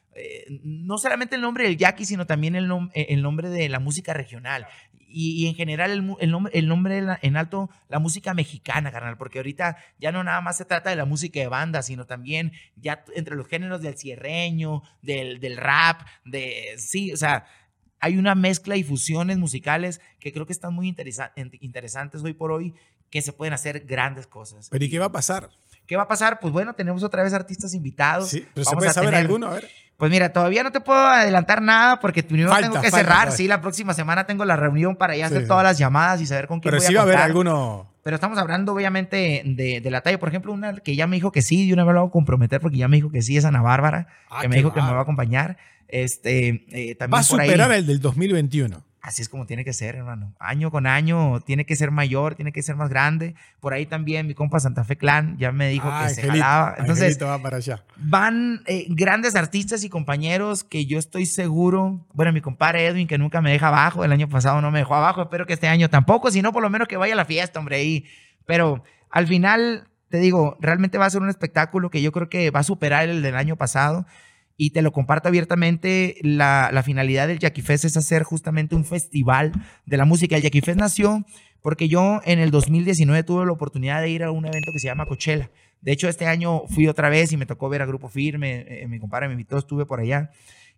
eh, no solamente el nombre del yaqui, sino también el, nom el nombre de la música regional. Y, y en general el, el nombre, el nombre la, en alto, la música mexicana, carnal, porque ahorita ya no nada más se trata de la música de banda, sino también ya entre los géneros del cierreño, del, del rap, de, sí, o sea, hay una mezcla y fusiones musicales que creo que están muy interesa interesantes hoy por hoy, que se pueden hacer grandes cosas. ¿Pero y qué va a pasar? ¿Qué va a pasar? Pues bueno, tenemos otra vez artistas invitados. Sí, pero Vamos ¿se puede a saber tener, alguno? A ver. Pues mira, todavía no te puedo adelantar nada porque primero Falta, tengo que falta, cerrar. falta. Sí, la próxima semana tengo la reunión para ya hacer Sí. todas las llamadas y saber con quién Pero voy sí a va a haber contar. alguno... Pero estamos hablando obviamente de, de la talla. Por ejemplo, una que ya me dijo que sí, de una vez lo voy a comprometer porque ya me dijo que sí, es Ana Bárbara, Ah, que me qué dijo que me bárbaro. va a acompañar. Este, eh, también Va a por superar ahí. el del dos mil veintiuno. Así es como tiene que ser, hermano. Año con año tiene que ser mayor, tiene que ser más grande. Por ahí también mi compa Santa Fe Clan ya me dijo Ah, que se Angelito, jalaba. Entonces, Angelito va para allá. van eh, grandes artistas y compañeros que yo estoy seguro. Bueno, mi compadre Edwin, que nunca me deja abajo. El año pasado no me dejó abajo. Espero que este año tampoco. Si no, por lo menos que vaya a la fiesta, hombre. Ahí. Pero al final, te digo, realmente va a ser un espectáculo que yo creo que va a superar el del año pasado. Y te lo comparto abiertamente, la, la finalidad del Yaqui Fest es hacer justamente un festival de la música. El Yaqui Fest nació porque yo en el dos mil diecinueve tuve la oportunidad de ir a un evento que se llama Coachella. De hecho, este año fui otra vez y me tocó ver a Grupo Firme, eh, mi compadre me invitó, estuve por allá.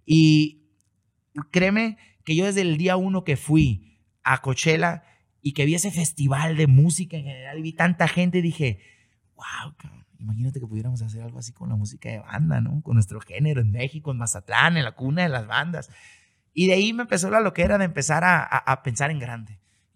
Y créeme que yo desde el día uno que fui a Coachella y que vi ese festival de música en general y vi tanta gente, dije, wow, cabrón. Imagínate que pudiéramos hacer algo así con la música de banda, ¿no? Con nuestro género en México, en Mazatlán, en la cuna de las bandas. Y de ahí me empezó la loquera de empezar a, a, a pensar en grande.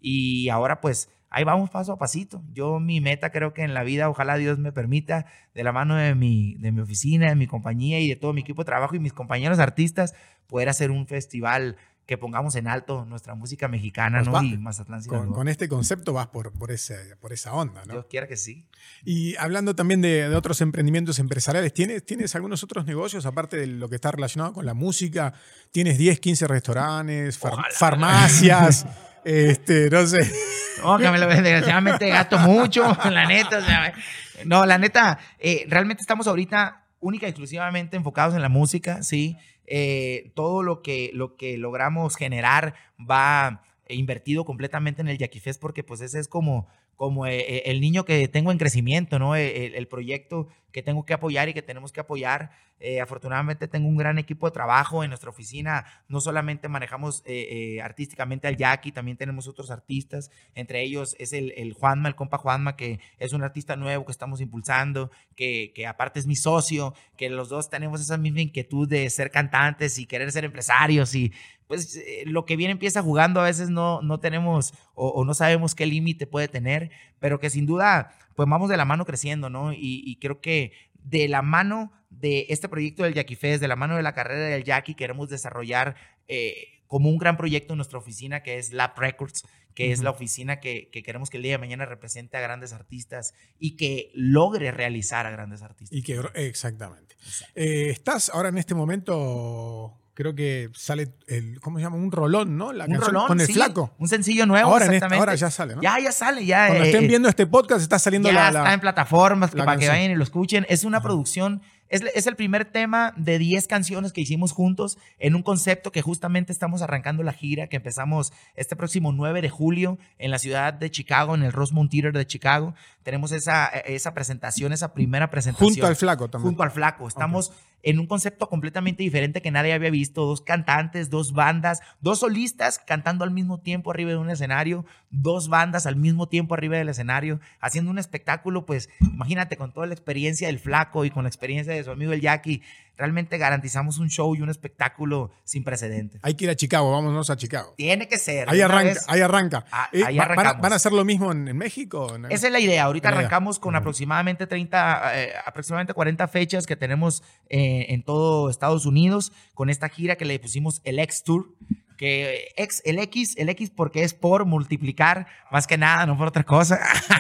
Y ahora pues ahí vamos paso a pasito. Yo mi meta creo que en la vida, ojalá Dios me permita, de la mano de mi, de mi oficina, de mi compañía y de todo mi equipo de trabajo y mis compañeros artistas, poder hacer un festival que pongamos en alto nuestra música mexicana, Pues ¿no? va, Y Mazatlán, con, Sinaloa. con este concepto vas por, por, ese, por esa onda, ¿no? Dios quiera que sí. Y hablando también de, de otros emprendimientos empresariales, ¿tienes, ¿tienes algunos otros negocios aparte de lo que está relacionado con la música? ¿Tienes diez, quince restaurantes, far, farmacias? este, no sé. No, que me lo desgraciadamente gasto mucho, la neta. O sea, no, la neta, eh, realmente estamos ahorita única y exclusivamente enfocados en la música, ¿sí? Eh, todo lo que, lo que logramos generar va invertido completamente en el Yaqui Fest porque pues ese es como, como eh, el niño que tengo en crecimiento, ¿no? El, el proyecto que tengo que apoyar y que tenemos que apoyar. Eh, afortunadamente tengo un gran equipo de trabajo en nuestra oficina. No solamente manejamos eh, eh, artísticamente al Yaqui, también tenemos otros artistas. Entre ellos es el, el Juanma, el compa Juanma, que es un artista nuevo que estamos impulsando, que, que aparte es mi socio, que los dos tenemos esa misma inquietud de ser cantantes y querer ser empresarios. Y pues eh, lo que viene empieza jugando, a veces no, no tenemos o, o no sabemos qué límite puede tener, pero que sin duda pues vamos de la mano creciendo, ¿no? Y, y creo que de la mano de este proyecto del Yaqui Fest, de la mano de la carrera del Yaqui, queremos desarrollar eh, como un gran proyecto en nuestra oficina que es Lab Records, que uh-huh. es la oficina que, que queremos que el día de mañana represente a grandes artistas y que logre realizar a grandes artistas. Y que, exactamente. Eh, estás ahora en este momento... Creo que sale, el, ¿cómo se llama? Un rolón, ¿no? La un canción rolón, con el sí, flaco. Un sencillo nuevo, ahora exactamente. En esta, ahora ya sale, ¿no? Ya, ya sale. Ya, Cuando eh, estén viendo este podcast está saliendo ya la... Ya está la, en plataformas que para canción. que vayan y lo escuchen. Es una Ajá. producción... Es, es el primer tema de diez canciones que hicimos juntos en un concepto que justamente estamos arrancando la gira que empezamos este próximo nueve de julio en la ciudad de Chicago, en el Rosemont Theater de Chicago. Tenemos esa, esa presentación, esa primera presentación. Junto al flaco también. Junto al flaco. Estamos okay. en un concepto completamente diferente que nadie había visto. Dos cantantes, dos bandas, dos solistas cantando al mismo tiempo arriba de un escenario, dos bandas al mismo tiempo arriba del escenario, haciendo un espectáculo, pues imagínate, con toda la experiencia del flaco y con la experiencia de su amigo el Yaqui, realmente garantizamos un show y un espectáculo sin precedentes. Hay que ir a Chicago, vámonos a Chicago. Tiene que ser. Ahí arranca, vez, ahí arranca. A, eh, ahí ¿van, arrancamos. ¿Van a hacer lo mismo en, en México? ¿En Esa es la idea. Ahorita la arrancamos idea. con uh-huh. aproximadamente treinta, eh, aproximadamente cuarenta fechas que tenemos eh, en todo Estados Unidos con esta gira que le pusimos el X Tour. Que X, el X, el X porque es por multiplicar, más que nada, no por otra cosa.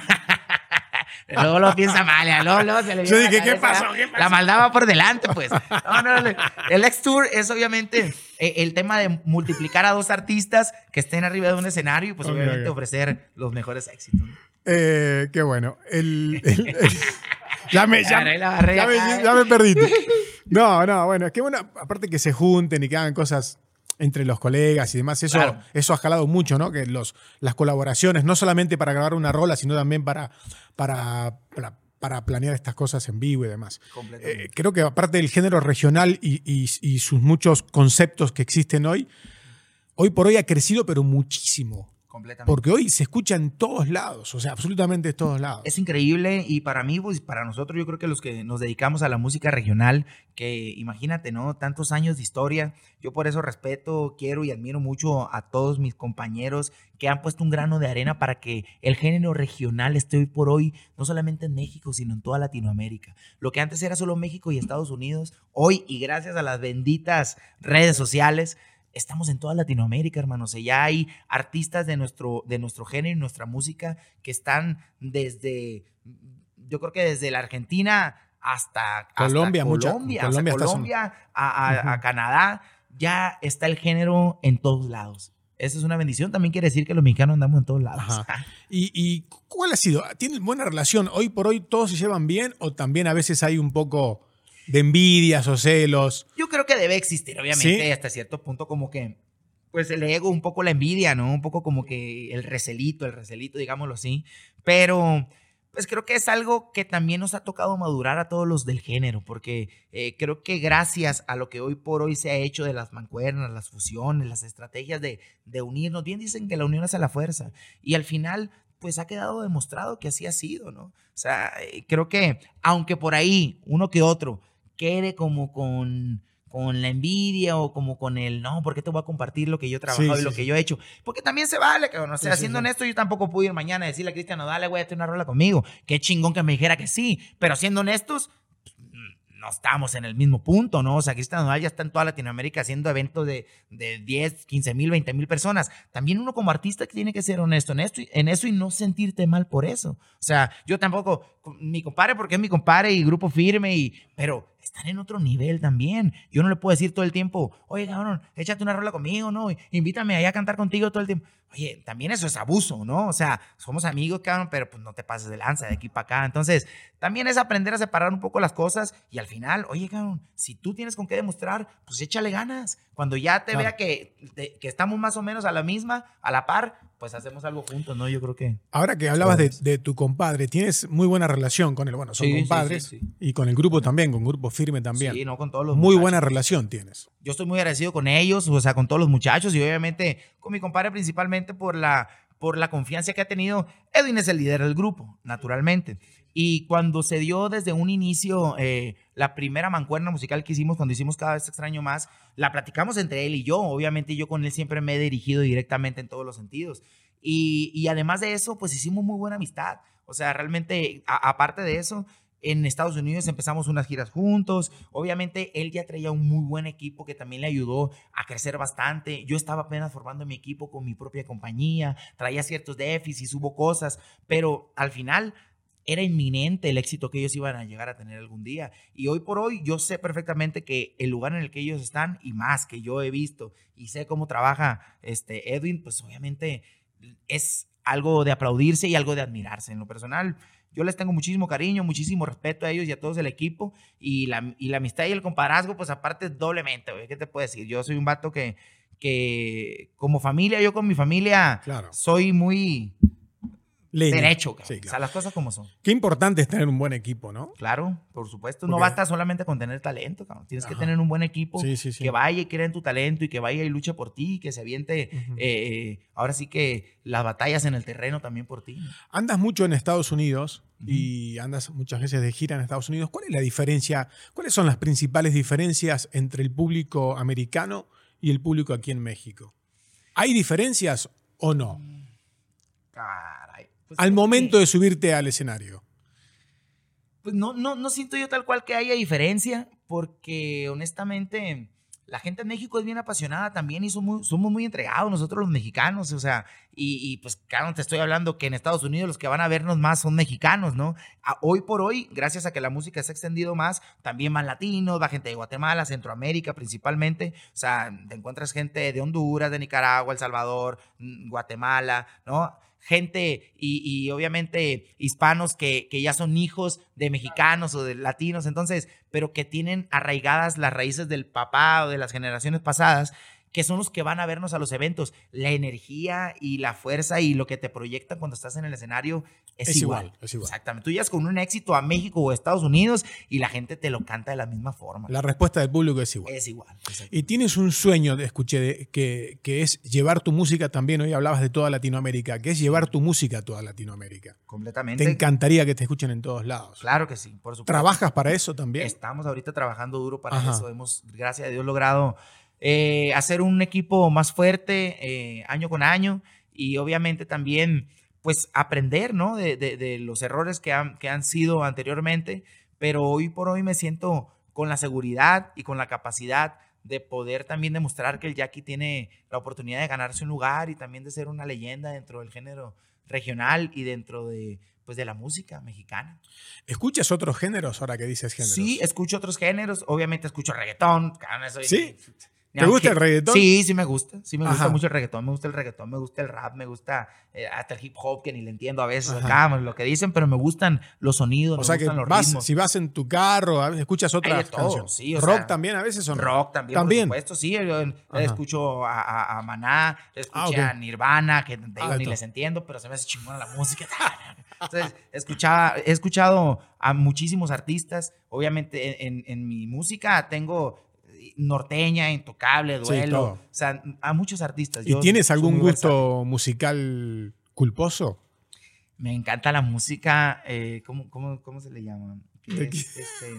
Luego lo piensa mal, ya, luego, luego se le Yo viene dije, la ¿qué cabeza, pasó? ¿Qué pasó? La maldad va por delante, pues. No, no, no. El X Tour es obviamente eh, el tema de multiplicar a dos artistas que estén arriba de un escenario y pues okay, obviamente okay. ofrecer los mejores éxitos. Eh, qué bueno. El, el, el, ya, me, ya, la barré, la barré ya, acá, me, eh. ya me perdiste. No, no, bueno, es que bueno, aparte que se junten y que hagan cosas entre los colegas y demás, eso, Claro. eso ha jalado mucho, ¿no? Que los, las colaboraciones, no solamente para grabar una rola, sino también para, para, para, para planear estas cosas en vivo y demás. Completamente. Eh, creo que aparte del género regional y, y, y sus muchos conceptos que existen hoy, hoy por hoy ha crecido, pero muchísimo. Completamente. Porque hoy se escucha en todos lados, o sea, absolutamente en todos lados. Es increíble y para mí, pues para nosotros, yo creo que los que nos dedicamos a la música regional, que imagínate, ¿no? Tantos años de historia, yo por eso respeto, quiero y admiro mucho a todos mis compañeros que han puesto un grano de arena para que el género regional esté hoy por hoy, no solamente en México, sino en toda Latinoamérica. Lo que antes era solo México y Estados Unidos, hoy y gracias a las benditas redes sociales, estamos en toda Latinoamérica, hermanos. O sea, ya hay artistas de nuestro, de nuestro género y nuestra música que están desde, yo creo que desde la Argentina hasta Colombia, hasta mucha- Colombia, Colombia hasta está Colombia a, a- a Ujú. Canadá, ya está el género en todos lados. Eso es una bendición. También quiere decir que los mexicanos andamos en todos lados. Ajá. ¿Y, ¿Y cuál ha sido? ¿Tienen buena relación? ¿Hoy por hoy todos se llevan bien o también a veces hay un poco de envidias o celos? Yo creo que debe existir, obviamente, ¿Sí? hasta cierto punto como que, pues el ego, un poco la envidia, ¿no? Un poco como que el recelito, el recelito, digámoslo así. Pero, pues creo que es algo que también nos ha tocado madurar a todos los del género, porque eh, creo que gracias a lo que hoy por hoy se ha hecho de las mancuernas, las fusiones, las estrategias de, de unirnos, bien dicen que la unión hace la fuerza. Y al final, pues ha quedado demostrado que así ha sido, ¿no? O sea, eh, creo que aunque por ahí uno que otro quede como con, con la envidia o como con el, no, ¿por qué te voy a compartir lo que yo he trabajado Sí, y sí, lo sí. que yo he hecho? Porque también se vale, cabrón. O sea, Sí, sí, siendo sí. honesto, yo tampoco puedo ir mañana a decirle a Cristian Nodal, güey, hazte una rola conmigo. Qué chingón que me dijera que sí. Pero siendo honestos, no estamos en el mismo punto, ¿no? O sea, Cristian Nodal ya está en toda Latinoamérica haciendo eventos de, de diez, quince mil, veinte mil personas. También uno como artista que tiene que ser honesto en, esto, en eso y no sentirte mal por eso. O sea, yo tampoco, mi compadre porque es mi compadre y grupo firme, y, pero están en otro nivel también. Yo no le puedo decir todo el tiempo, oye, cabrón, échate una rola conmigo, ¿no? Invítame allá a cantar contigo todo el tiempo. Oye, también eso es abuso, ¿no? O sea, somos amigos, cabrón, pero pues no te pases de lanza de aquí para acá. Entonces, también es aprender a separar un poco las cosas y al final, oye, cabrón, si tú tienes con qué demostrar, pues échale ganas. Cuando ya te Claro. vea que, de, que estamos más o menos a la misma, a la par, pues hacemos algo juntos, ¿no? Yo creo que... Ahora que hablabas de, de tu compadre, tienes muy buena relación con él. Bueno, son Sí, sí, compadres. sí, sí. Y con el grupo también, con Grupo Firme también. Sí, no, con todos los Muy muchachos. buena relación tienes. Yo estoy muy agradecido con ellos, o sea, con todos los muchachos y obviamente con mi compadre principalmente por la, por la confianza que ha tenido. Edwin es el líder del grupo, naturalmente. Y cuando se dio desde un inicio eh, la primera mancuerna musical que hicimos, cuando hicimos Cada vez te extraño más, la platicamos entre él y yo. Obviamente yo con él siempre me he dirigido directamente en todos los sentidos. Y, y además de eso, pues hicimos muy buena amistad. O sea, realmente, a, aparte de eso, en Estados Unidos empezamos unas giras juntos. Obviamente, él ya traía un muy buen equipo que también le ayudó a crecer bastante. Yo estaba apenas formando mi equipo con mi propia compañía. Traía ciertos déficits, hubo cosas, pero al final era inminente el éxito que ellos iban a llegar a tener algún día. Y hoy por hoy yo sé perfectamente que el lugar en el que ellos están, y más que yo he visto y sé cómo trabaja este Edwin, pues obviamente es algo de aplaudirse y algo de admirarse. En lo personal, yo les tengo muchísimo cariño, muchísimo respeto a ellos y a todos el equipo. Y la, y la amistad y el compadrazgo, pues aparte doblemente, güey. ¿Qué te puedo decir? Yo soy un vato que, que como familia, yo con mi familia Claro. soy muy Leña. derecho, cabrón. Sí, O sea, claro. las cosas como son. Qué importante es tener un buen equipo, ¿no? Claro, por supuesto. No Porque- basta solamente con tener talento, cabrón. Tienes que Ajá. tener un buen equipo Sí, sí, sí. que vaya y crea en tu talento y que vaya y luche por ti, que se aviente, Ujú. eh, ahora sí que las batallas en el terreno también por ti. Andas mucho en Estados Unidos Ujú. y andas muchas veces de gira en Estados Unidos. ¿Cuál es la diferencia? ¿Cuáles son las principales diferencias entre el público americano y el público aquí en México? ¿Hay diferencias o no? Caray. Pues Al fíjate momento que, de subirte al escenario. pues no, no, no siento yo tal cual que haya diferencia, porque honestamente la gente en México es bien apasionada también y somos muy, somos muy entregados nosotros los mexicanos, o sea, y, y pues claro, te estoy hablando que en Estados Unidos los que van a vernos más son mexicanos, ¿no? A- hoy por hoy, gracias a que la música se ha extendido más, también van latinos, va gente de Guatemala, Centroamérica principalmente, o sea, te encuentras gente de Honduras, de Nicaragua, El Salvador, mm, Guatemala, ¿no? gente y, y obviamente hispanos que, que ya son hijos de mexicanos o de latinos, entonces, pero que tienen arraigadas las raíces del papá o de las generaciones pasadas, que son los que van a vernos a los eventos. La energía y la fuerza y lo que te proyectan cuando estás en el escenario es, es igual. igual. Es igual. Exactamente. Tú llegas con un éxito a México o a Estados Unidos y la gente te lo canta de la misma forma. La respuesta del público es igual. Es igual. Y tienes un sueño, escuché, de, que, que es llevar tu música también, hoy hablabas de toda Latinoamérica, que es llevar tu música a toda Latinoamérica. Completamente. Te encantaría que te escuchen en todos lados. Claro que sí, por supuesto. ¿Trabajas para eso también? Estamos ahorita trabajando duro para Ajá. eso. Hemos, gracias a Dios, logrado eh, hacer un equipo más fuerte eh, año con año y obviamente también pues aprender, ¿no? de, de, de los errores que han, que han sido anteriormente, pero hoy por hoy me siento con la seguridad y con la capacidad de poder también demostrar que el Jackie tiene la oportunidad de ganarse un lugar y también de ser una leyenda dentro del género regional y dentro de, pues, de la música mexicana. ¿Escuchas otros géneros ahora que dices géneros? Sí, escucho otros géneros. Obviamente escucho reggaetón. Soy, ¿Sí? ¿Te aunque, gusta el reggaetón? Sí, sí me gusta. Sí me gusta Ajá. mucho el reggaetón. Me gusta el reggaetón, me gusta el rap, me gusta eh, hasta el hip hop, que ni le entiendo a veces Ajá. acá, lo que dicen, pero me gustan los sonidos, O me sea que gustan los vas, ritmos. si vas en tu carro, a veces escuchas Hay otras de todo, canciones. sí, o ¿Rock sea, también a veces o no? Rock también, ¿También? por supuesto, sí. Yo Ajá. escucho a, a, a Maná, escuché Ah, ok. a Nirvana, que te digo, Ah, ni esto. les entiendo, pero se me hace chingona la música. Entonces, escuchaba, he escuchado a muchísimos artistas. Obviamente, en, en, en mi música tengo norteña, Intocable, Sí, Duelo, todo. o sea, a muchos artistas. ¿Y Yo tienes soy algún muy versátil. gusto musical culposo? Me encanta la música, eh, ¿cómo, cómo, ¿cómo se le llama? Que ¿De es, qué? este,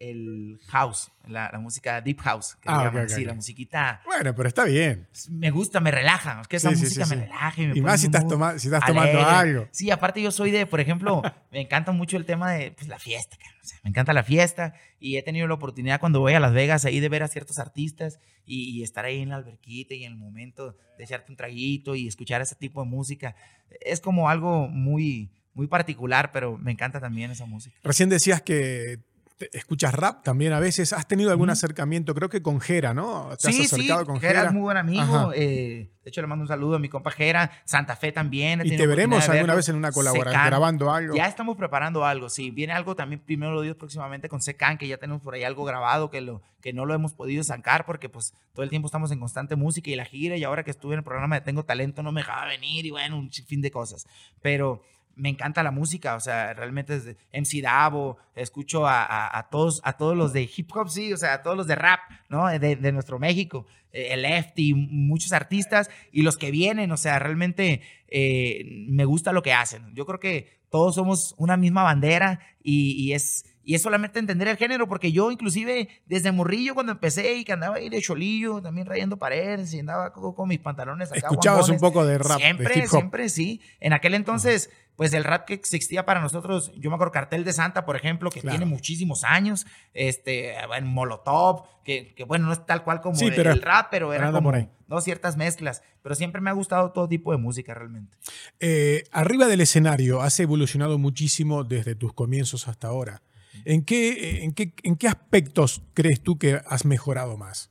el house, la, la música deep house, que Ah, le ok, llaman ok, así, ok. la musiquita Bueno, pero está bien. me gusta, me relaja, es que esa Sí, sí, música sí, me sí. relaja y me Y pone más si en un estás, mood toma- si estás tomando alegre. algo. Sí, aparte yo soy de, por ejemplo, me encanta mucho el tema de pues, la fiesta, cara. O sea, me encanta la fiesta y he tenido la oportunidad cuando voy a Las Vegas ahí de ver a ciertos artistas y, y estar ahí en la alberquita y en el momento de echarte un traguito y escuchar ese tipo de música. Es como algo muy, muy particular, pero me encanta también esa música. Recién decías que te- escuchas rap también a veces. ¿Has tenido algún Ujú. acercamiento? Creo que con Jera, ¿no? ¿Te has Sí, acercado sí, con Jera Jera? es muy buen amigo. Ajá. Eh, de hecho, le mando un saludo a mi compa Jera. Santa Fe también. he ¿Y tenido te veremos oportunidad de alguna verlo. vez en una colaboración, Secan. grabando algo? Ya estamos preparando algo, sí. Viene algo también, primero lo Dios, próximamente con Secan, que ya tenemos por ahí algo grabado que, lo, que no lo hemos podido sacar porque pues todo el tiempo estamos en constante música y la gira. Y ahora que estuve en el programa de Tengo Talento no me dejaba venir y bueno, un fin de cosas. Pero me encanta la música, o sea, realmente es de M C Davo, escucho a, a, a todos, a todos los de hip hop, sí, o sea, a todos los de rap, ¿no? De, de nuestro México, eh, el Lefty, muchos artistas y los que vienen, o sea, realmente eh, me gusta lo que hacen. Yo creo que todos somos una misma bandera y, y es... Y es solamente entender el género, porque yo inclusive desde morrillo cuando empecé y que andaba ahí de cholillo, también rayando paredes y andaba con, con mis pantalones acá. Escuchabas un guambones. poco de rap, Siempre, de hip hop. siempre, sí. En aquel entonces, pues el rap que existía para nosotros, yo me acuerdo Cartel de Santa, por ejemplo, que Claro. tiene muchísimos años, este, bueno, Molotov, que, que bueno, no es tal cual como Sí, el, pero- el rap, pero era anda como por ahí. ¿no? ciertas mezclas. Pero siempre me ha gustado todo tipo de música realmente. Eh, arriba del escenario has evolucionado muchísimo desde tus comienzos hasta ahora. ¿En qué, en qué, en qué aspectos crees tú que has mejorado más?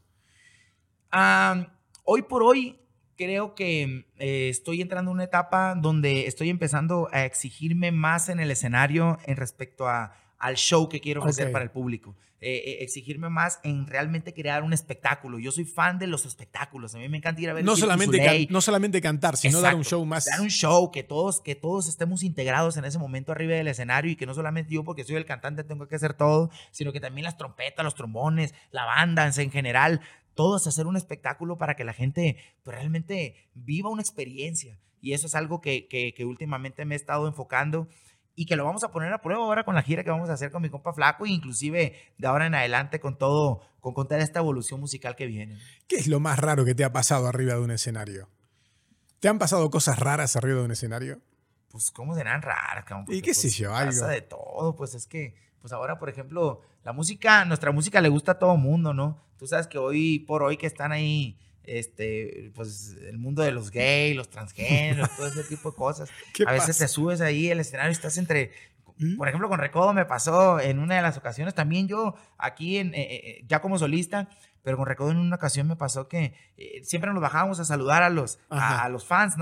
Ah, hoy por hoy creo que eh, estoy entrando en una etapa donde estoy empezando a exigirme más en el escenario en respecto a, al show que quiero ofrecer Ok. para el público. Eh, eh, exigirme más en realmente crear un espectáculo. Yo soy fan de los espectáculos. A mí me encanta ir a ver No el Cirque du solamente, Soleil. can- no solamente cantar, sino dar un Exacto. show más... Dar un show, que todos, que todos estemos integrados en ese momento arriba del escenario y que no solamente yo, porque soy el cantante, tengo que hacer todo, sino que también las trompetas, los trombones, la banda en general, todos hacer un espectáculo para que la gente pues, realmente viva una experiencia. Y eso es algo que, que, que últimamente me he estado enfocando y que lo vamos a poner a prueba ahora con la gira que vamos a hacer con mi compa Flaco e inclusive de ahora en adelante con todo, con, con toda esta evolución musical que viene. ¿Qué es lo más raro que te ha pasado arriba de un escenario? ¿Te han pasado cosas raras arriba de un escenario? Pues, ¿cómo serán raras? cabrón? Porque, ¿Y qué sé pues, yo, pasa algo? de todo, pues es que, pues ahora, por ejemplo, la música, nuestra música le gusta a todo mundo, ¿no? Tú sabes que hoy por hoy que están ahí, este, pues el mundo de los gays, los transgéneros, todo ese tipo de cosas. ¿Qué A veces pasa? te subes ahí al escenario y estás entre... ¿Mm? Por ejemplo, con Recodo me pasó en una de las ocasiones, también yo aquí en, eh, eh, ya como solista, pero con Recodo en una ocasión me pasó que eh, siempre nos bajábamos a saludar a los, Ajá. a, a los fans, ¿no?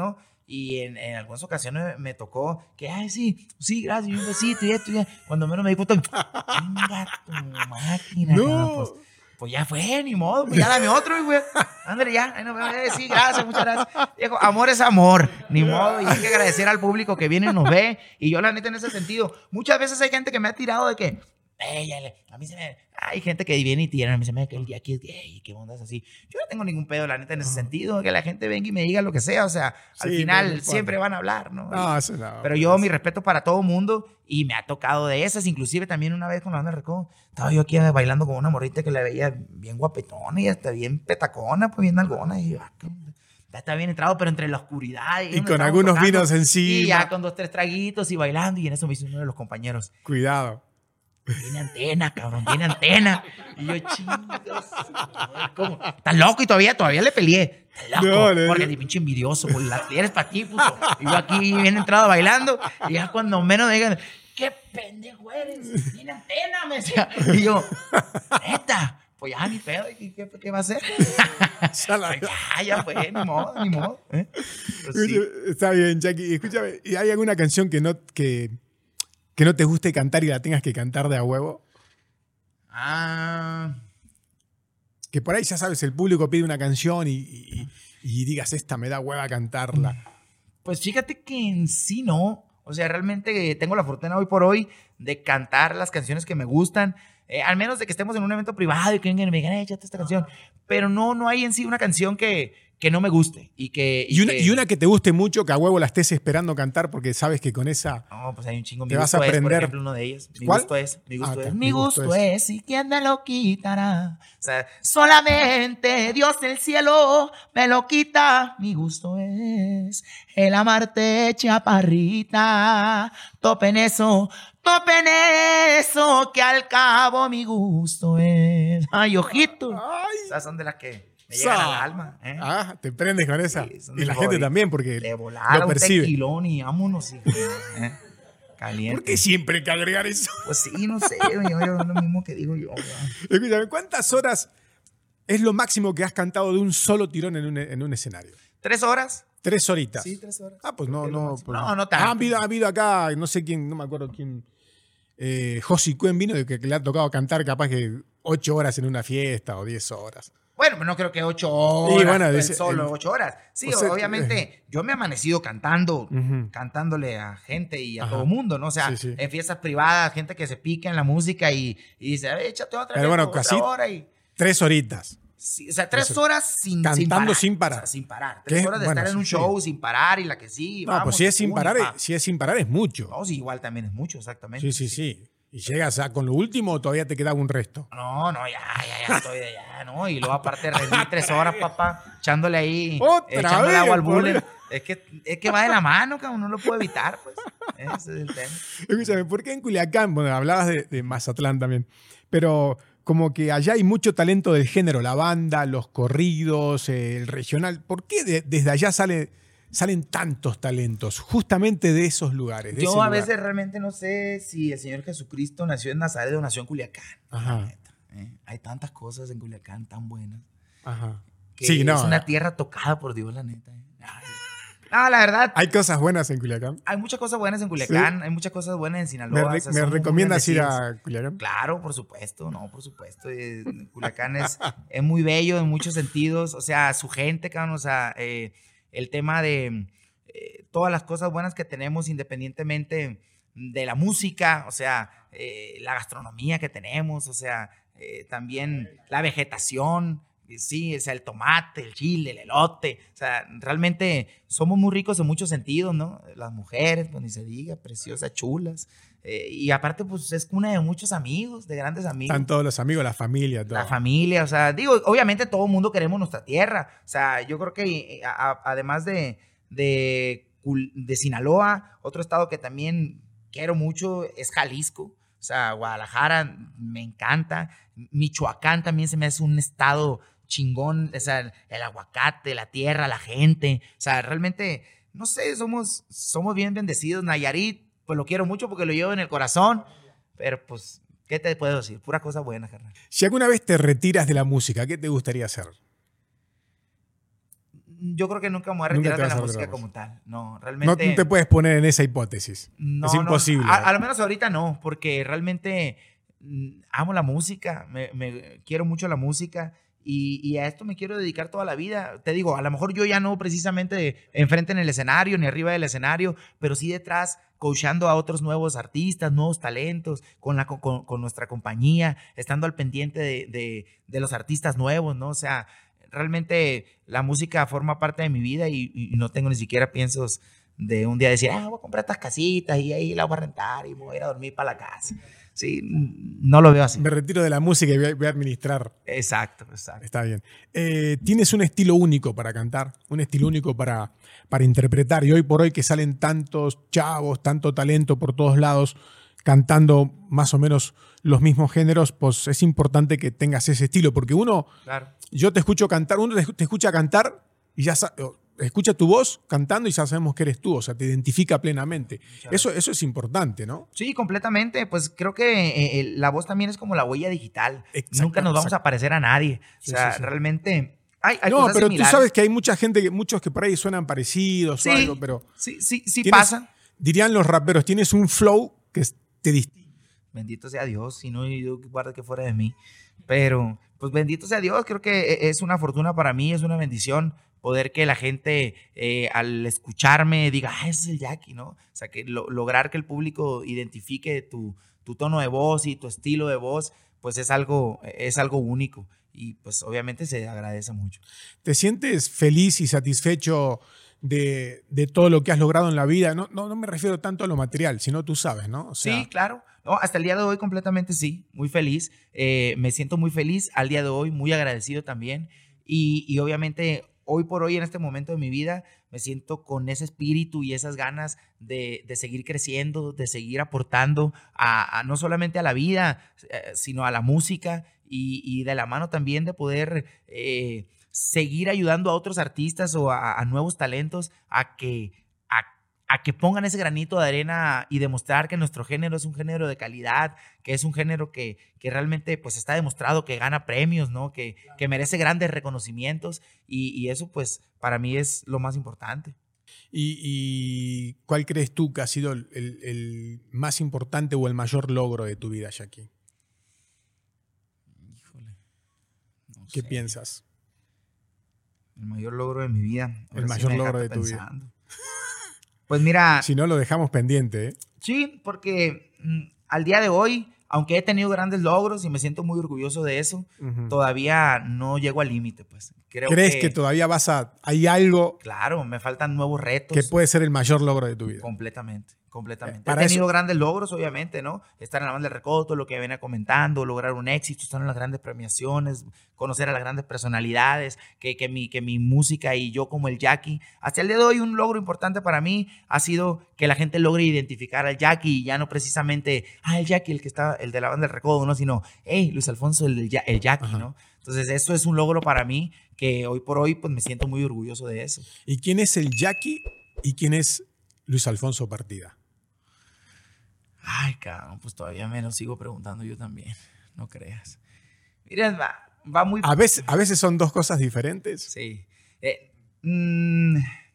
Y en, en algunas ocasiones me tocó que, ay, sí, sí, gracias, y un besito y esto. Y cuando menos me di cuenta, chinga tu máquina. No. Cabrón, pues, pues ya fue, ni modo, pues ya dame otro, güey. Ándale, ya, ahí nos vemos, eh, sí, gracias, muchas gracias. Viejo, amor es amor, ni modo. Y hay que agradecer al público que viene y nos ve. Y yo, la neta, en ese sentido, muchas veces hay gente que me ha tirado de que, Ey, a mí se me... Hay gente que viene y tira, a mí se me ve que el día aquí es gay, qué onda es así. Yo no tengo ningún pedo, la neta, en ese sentido, que la gente venga y me diga lo que sea, o sea, al Sí, final no, siempre van a hablar, ¿no? No, eso no. Pero yo, mi respeto para todo mundo, y me ha tocado de esas, inclusive también una vez con la banda Recodo, estaba yo aquí bailando con una morrita que la veía bien guapetona y hasta bien petacona, pues bien nalgona, y yo, ah, ya está bien entrado, pero entre la oscuridad. Y, y con algunos tocando, vinos encima. Y ya con dos, tres traguitos y bailando, y en eso me hizo uno de los compañeros. Cuidado. Tiene antena, cabrón, tiene antena. Y yo, chingas. ¿Cómo? Estás loco y todavía, todavía le peleé. Estás loco. No, no, porque no. Te pinche envidioso, pues la eres para ti, puto. Y yo aquí bien entrado bailando. Y ya cuando menos me digan, ¿qué pendejo eres? Tiene antena, me decía. Y yo, neta. Pues ya, ni pedo, ¿qué, qué, qué va a hacer? ya, ya fue, ni modo, ni modo. ¿Eh? Pues sí. Está bien, Jackie. Escúchame, ¿y hay alguna canción que no, que, que no te guste cantar y la tengas que cantar de a huevo? Ah. Que por ahí ya sabes, el público pide una canción y, y, y digas, esta me da hueva cantarla. Pues fíjate que en sí no. O sea, realmente tengo la fortuna hoy por hoy de cantar las canciones que me gustan. Eh, al menos de que estemos en un evento privado y que vengan y me digan, eh, échate esta canción. Pero no, no hay en sí una canción que, que no me guste. Y, que, y, y, una, que, y una que te guste mucho, que a huevo la estés esperando cantar porque sabes que con esa... No, pues hay un chingo. Mi te vas gusto a aprender. Es, por ejemplo, uno de ellos. Mi ¿Cuál? gusto es. Mi gusto, Ah, es, mi mi gusto gusto es. es. ¿Y quién me lo quitará? O sea, solamente Dios del cielo me lo quita. Mi gusto es el amarte, chaparrita. Topen eso. Topen eso, que al cabo mi gusto es. Ay, ojito. Ay. Esas son de las que me llegan al alma. ¿eh? Ah, te prendes con esa. Sí, y la favoritos. gente también, porque de volar lo percibe. Un tequilón y vámonos. Y, ¿eh? Caliente. ¿Por qué siempre hay que agregar eso? Pues sí, no sé. Yo, yo, lo mismo que digo yo. ¿no? Escúchame, ¿cuántas horas es lo máximo que has cantado de un solo tirón en un, en un escenario? ¿Tres horas? Tres horitas. Sí, tres horas. Ah, pues no, no. Pues, no, no tanto. Ha habido, ha habido acá, no sé quién, no me acuerdo quién. Eh, Josi Cuen vino de que, que le ha tocado cantar capaz que ocho horas en una fiesta o diez horas. Bueno, pero no creo que ocho horas, y bueno, dice, solo el, ocho horas. Sí, o sea, obviamente, eh, yo me he amanecido cantando, uh-huh. cantándole a gente y a Ajá. todo mundo, ¿no? O sea, sí, sí. en fiestas privadas, gente que se pica en la música y, y dice, échate otra, pero vez, bueno, otra casi hora. Y... Tres horitas. Sí, o sea, tres horas sin, cantando sin sin parar. parar. O sea, sin parar. Tres horas de bueno, estar en un sí, show sí. sin parar y la que sí. No, vamos, pues si es, sin parar, es, si es sin parar es mucho. No, sí, igual también es mucho, exactamente. Sí, sí, sí. sí. ¿Y llegas a, con lo último o todavía te queda un resto? No, no, ya, ya, ya estoy de allá, ¿no? Y luego aparte rendí tres horas, papá, echándole ahí, ¿Otra echándole vez, agua al bullet. Es que, es que va de la mano, cabrón, no lo puedo evitar, pues. Ese es el tema. Escúchame, ¿por qué en Culiacán? Bueno, hablabas de, de Mazatlán también, pero como que allá hay mucho talento del género, la banda, los corridos, eh, el regional. ¿Por qué de, desde allá sale... salen tantos talentos justamente de esos lugares? De Yo a lugar. veces realmente no sé si el Señor Jesucristo nació en Nazaret o nació en Culiacán. Ajá. Neta, ¿eh? Hay tantas cosas en Culiacán tan buenas. Ajá. Que sí, no, es una tierra tocada por Dios, la neta. ¿eh? No, la verdad. ¿Hay cosas buenas en Culiacán? Hay muchas cosas buenas en Culiacán, ¿sí? Hay muchas cosas buenas en Sinaloa. ¿Me, re, o sea, ¿me recomiendas ir a Culiacán? Claro, por supuesto, no, por supuesto. Eh, Culiacán es, es muy bello en muchos sentidos. O sea, su gente, cabrón, o sea, eh, el tema de eh, todas las cosas buenas que tenemos independientemente de la música, o sea, eh, la gastronomía que tenemos, o sea, eh, también la vegetación. Sí, o sea, el tomate, el chile, el elote, o sea, realmente somos muy ricos en muchos sentidos, ¿no? Las mujeres, pues ni se diga, preciosas, chulas, eh, y aparte, pues es cuna de muchos amigos, de grandes amigos. Están todos los amigos, la familia, todo. La familia, o sea, digo, obviamente todo el mundo queremos nuestra tierra, o sea, yo creo que a, a, además de, de, de Sinaloa, otro estado que también quiero mucho es Jalisco. O sea, Guadalajara me encanta, Michoacán también se me hace un estado chingón, o sea, el aguacate, la tierra, la gente, o sea, realmente, no sé, somos, somos bien bendecidos. Nayarit, pues lo quiero mucho porque lo llevo en el corazón, pero pues, ¿qué te puedo decir? Pura cosa buena, carnal. Si alguna vez te retiras de la música, ¿qué te gustaría hacer? Yo creo que nunca me voy a Nunca retirar te de vas la a música retirar. como tal. No, No, realmente. no te puedes poner en esa hipótesis. No, es no, imposible. a, a lo menos ahorita no, porque realmente mm, amo la música, me, me- quiero mucho la música y, y a esto me quiero dedicar toda la vida. Te digo, a lo mejor yo ya no precisamente enfrente en el escenario ni arriba del escenario, pero sí detrás, coachando a otros nuevos artistas, nuevos talentos, con, la, con, con nuestra compañía, estando al pendiente de, de, de los artistas nuevos, ¿no? O sea, realmente la música forma parte de mi vida y, y no tengo ni siquiera piensos de un día decir, ah, voy a comprar estas casitas y ahí la voy a rentar y me voy a ir a dormir para la casa. Sí, no lo veo así. Me retiro de la música y voy a, voy a administrar. Exacto, exacto. Está bien. Eh, tienes un estilo único para cantar, un estilo único para, para interpretar. Y hoy por hoy que salen tantos chavos, tanto talento por todos lados, cantando más o menos los mismos géneros, pues es importante que tengas ese estilo. Porque uno, Claro. yo te escucho cantar, uno te, te escucha cantar y ya sa- escucha tu voz cantando y ya sabemos que eres tú, o sea, te identifica plenamente. Eso, eso es importante, ¿no? Sí, completamente. Pues creo que eh, eh, la voz también es como la huella digital. Exacto, Nunca nos vamos exacto. a parecer a nadie. Sí, o sea, sí, sí. realmente hay, hay No, cosas pero similares. tú sabes que hay mucha gente, que- muchos que por ahí suenan parecidos Sí, o algo, pero sí, sí, sí tienes- pasa. dirían los raperos, tienes un flow que es- te distingue. Bendito sea Dios, si no, yo guarda que fuera de mí. Pero, pues bendito sea Dios, creo que es una fortuna para mí, es una bendición poder que la gente eh, al escucharme diga, ah, ese es el Jackie, ¿no? O sea, que lo- lograr que el público identifique tu, tu tono de voz y tu estilo de voz, pues es algo, es algo único. Y pues obviamente se agradece mucho. ¿Te sientes feliz y satisfecho de, de todo lo que has logrado en la vida? No, no, no me refiero tanto a lo material, sino tú sabes, ¿no? O sea, Sí, claro. No, hasta el día de hoy completamente sí, muy feliz. Eh, me siento muy feliz al día de hoy, muy agradecido también. Y, y obviamente hoy por hoy, en este momento de mi vida, me siento con ese espíritu y esas ganas de, de seguir creciendo, de seguir aportando a, a no solamente a la vida, eh, sino a la música y, y de la mano también de poder eh, seguir ayudando a otros artistas o a, a nuevos talentos a que, a a que pongan ese granito de arena y demostrar que nuestro género es un género de calidad, que es un género que, que realmente pues está demostrado que gana premios, ¿no? Que, que merece grandes reconocimientos y, y eso pues para mí es lo más importante. ¿Y, y cuál crees tú que ha sido el, el- el más importante o el mayor logro de tu vida, Jackie? Híjole. No ¿Qué sé. piensas? El mayor logro de mi vida. El Ahora sí mayor me logro dejaste de tu vida. pensando. Pues mira, Si no, lo dejamos pendiente, ¿eh? sí, porque mm, al día de hoy, aunque he tenido grandes logros y me siento muy orgulloso de eso, Ujú. todavía no llego al límite, pues. Creo ¿Crees que, que todavía vas a... hay algo claro, me faltan nuevos retos. que puede ser el mayor logro de tu vida? Completamente, completamente. Eh, para He tenido eso- grandes logros, obviamente, ¿no? Estar en la banda del Recodo, todo lo que venía comentando, lograr un éxito, estar en las grandes premiaciones, conocer a las grandes personalidades, que, que, mi, que mi música y yo como el Jackie. Hasta el día de hoy un logro importante para mí ha sido que la gente logre identificar al Jackie y ya no precisamente, ah, el Jackie, el que está, el de la banda del Recodo, ¿no? Sino, hey, Luis Alfonso, el, del Ja- el Jackie, Ajá. ¿no? Entonces eso es un logro para mí que hoy por hoy pues me siento muy orgulloso de eso. ¿Y quién es el Jackie y quién es Luis Alfonso Partida? Ay, cabrón, pues todavía me lo sigo preguntando yo también. No creas. Mira, va, va muy... A veces, a veces son dos cosas diferentes. Sí. Eh, mm,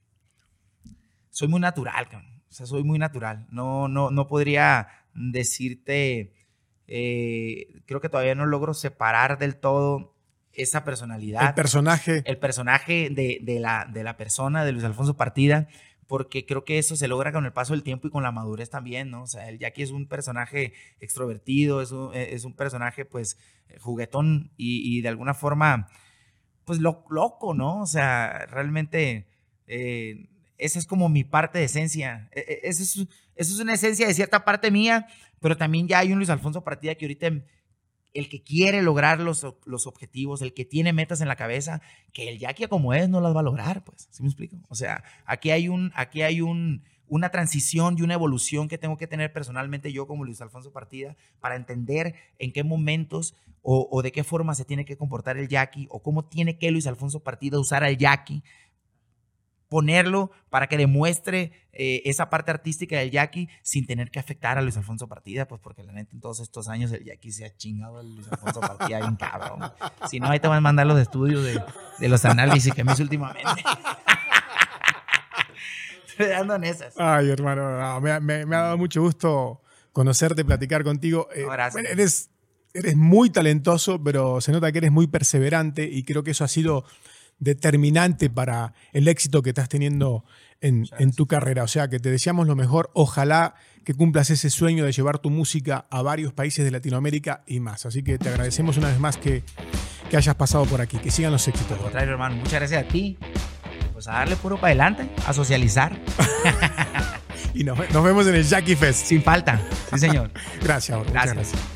soy muy natural, cabrón. O sea, soy muy natural. No, no, no podría decirte... eh, creo que todavía no logro separar del todo esa personalidad. El personaje. el personaje de, de, la, de la persona de Luis Alfonso Partida, porque creo que eso se logra con el paso del tiempo y con la madurez también, ¿no? O sea, el Jackie es un personaje extrovertido, es un, es un personaje, pues, juguetón y, y de alguna forma, pues, lo, loco, ¿no? O sea, realmente, eh, esa es como mi parte de esencia. E- e- Eso es, eso es una esencia de cierta parte mía, pero también ya hay un Luis Alfonso Partida que ahorita... el que quiere lograr los, los objetivos, el que tiene metas en la cabeza, que el Jackie como es no las va a lograr, pues, ¿sí me explico? O sea, aquí hay, un, aquí hay un, una transición y una evolución que tengo que tener personalmente yo como Luis Alfonso Partida para entender en qué momentos o, o de qué forma se tiene que comportar el Jackie o cómo tiene que Luis Alfonso Partida usar al Jackie ponerlo para que demuestre eh, esa parte artística del Jackie sin tener que afectar a Luis Alfonso Partida, pues porque la neta en todos estos años el Jackie se ha chingado a Luis Alfonso Partida bien cabrón. Si no, ahí te van a mandar los estudios de, de los análisis que me hizo últimamente. Estoy dando en esas. Ay, hermano, no, me, me, me ha dado mucho gusto conocerte, platicar contigo. Eh, No, gracias. bueno, eres, eres muy talentoso, pero se nota que eres muy perseverante y creo que eso ha sido determinante para el éxito que estás teniendo en, en tu carrera. O sea, que te deseamos lo mejor. Ojalá que cumplas ese sueño de llevar tu música a varios países de Latinoamérica y más. Así que te agradecemos una vez más que, que hayas pasado por aquí. Que sigan los éxitos. Al contrario, hermano, muchas gracias a ti. Pues a darle puro para adelante, a socializar. Y nos, nos vemos en el Jackie Fest. Sin falta. Sí, señor. Gracias, bro. Muchas Gracias. gracias.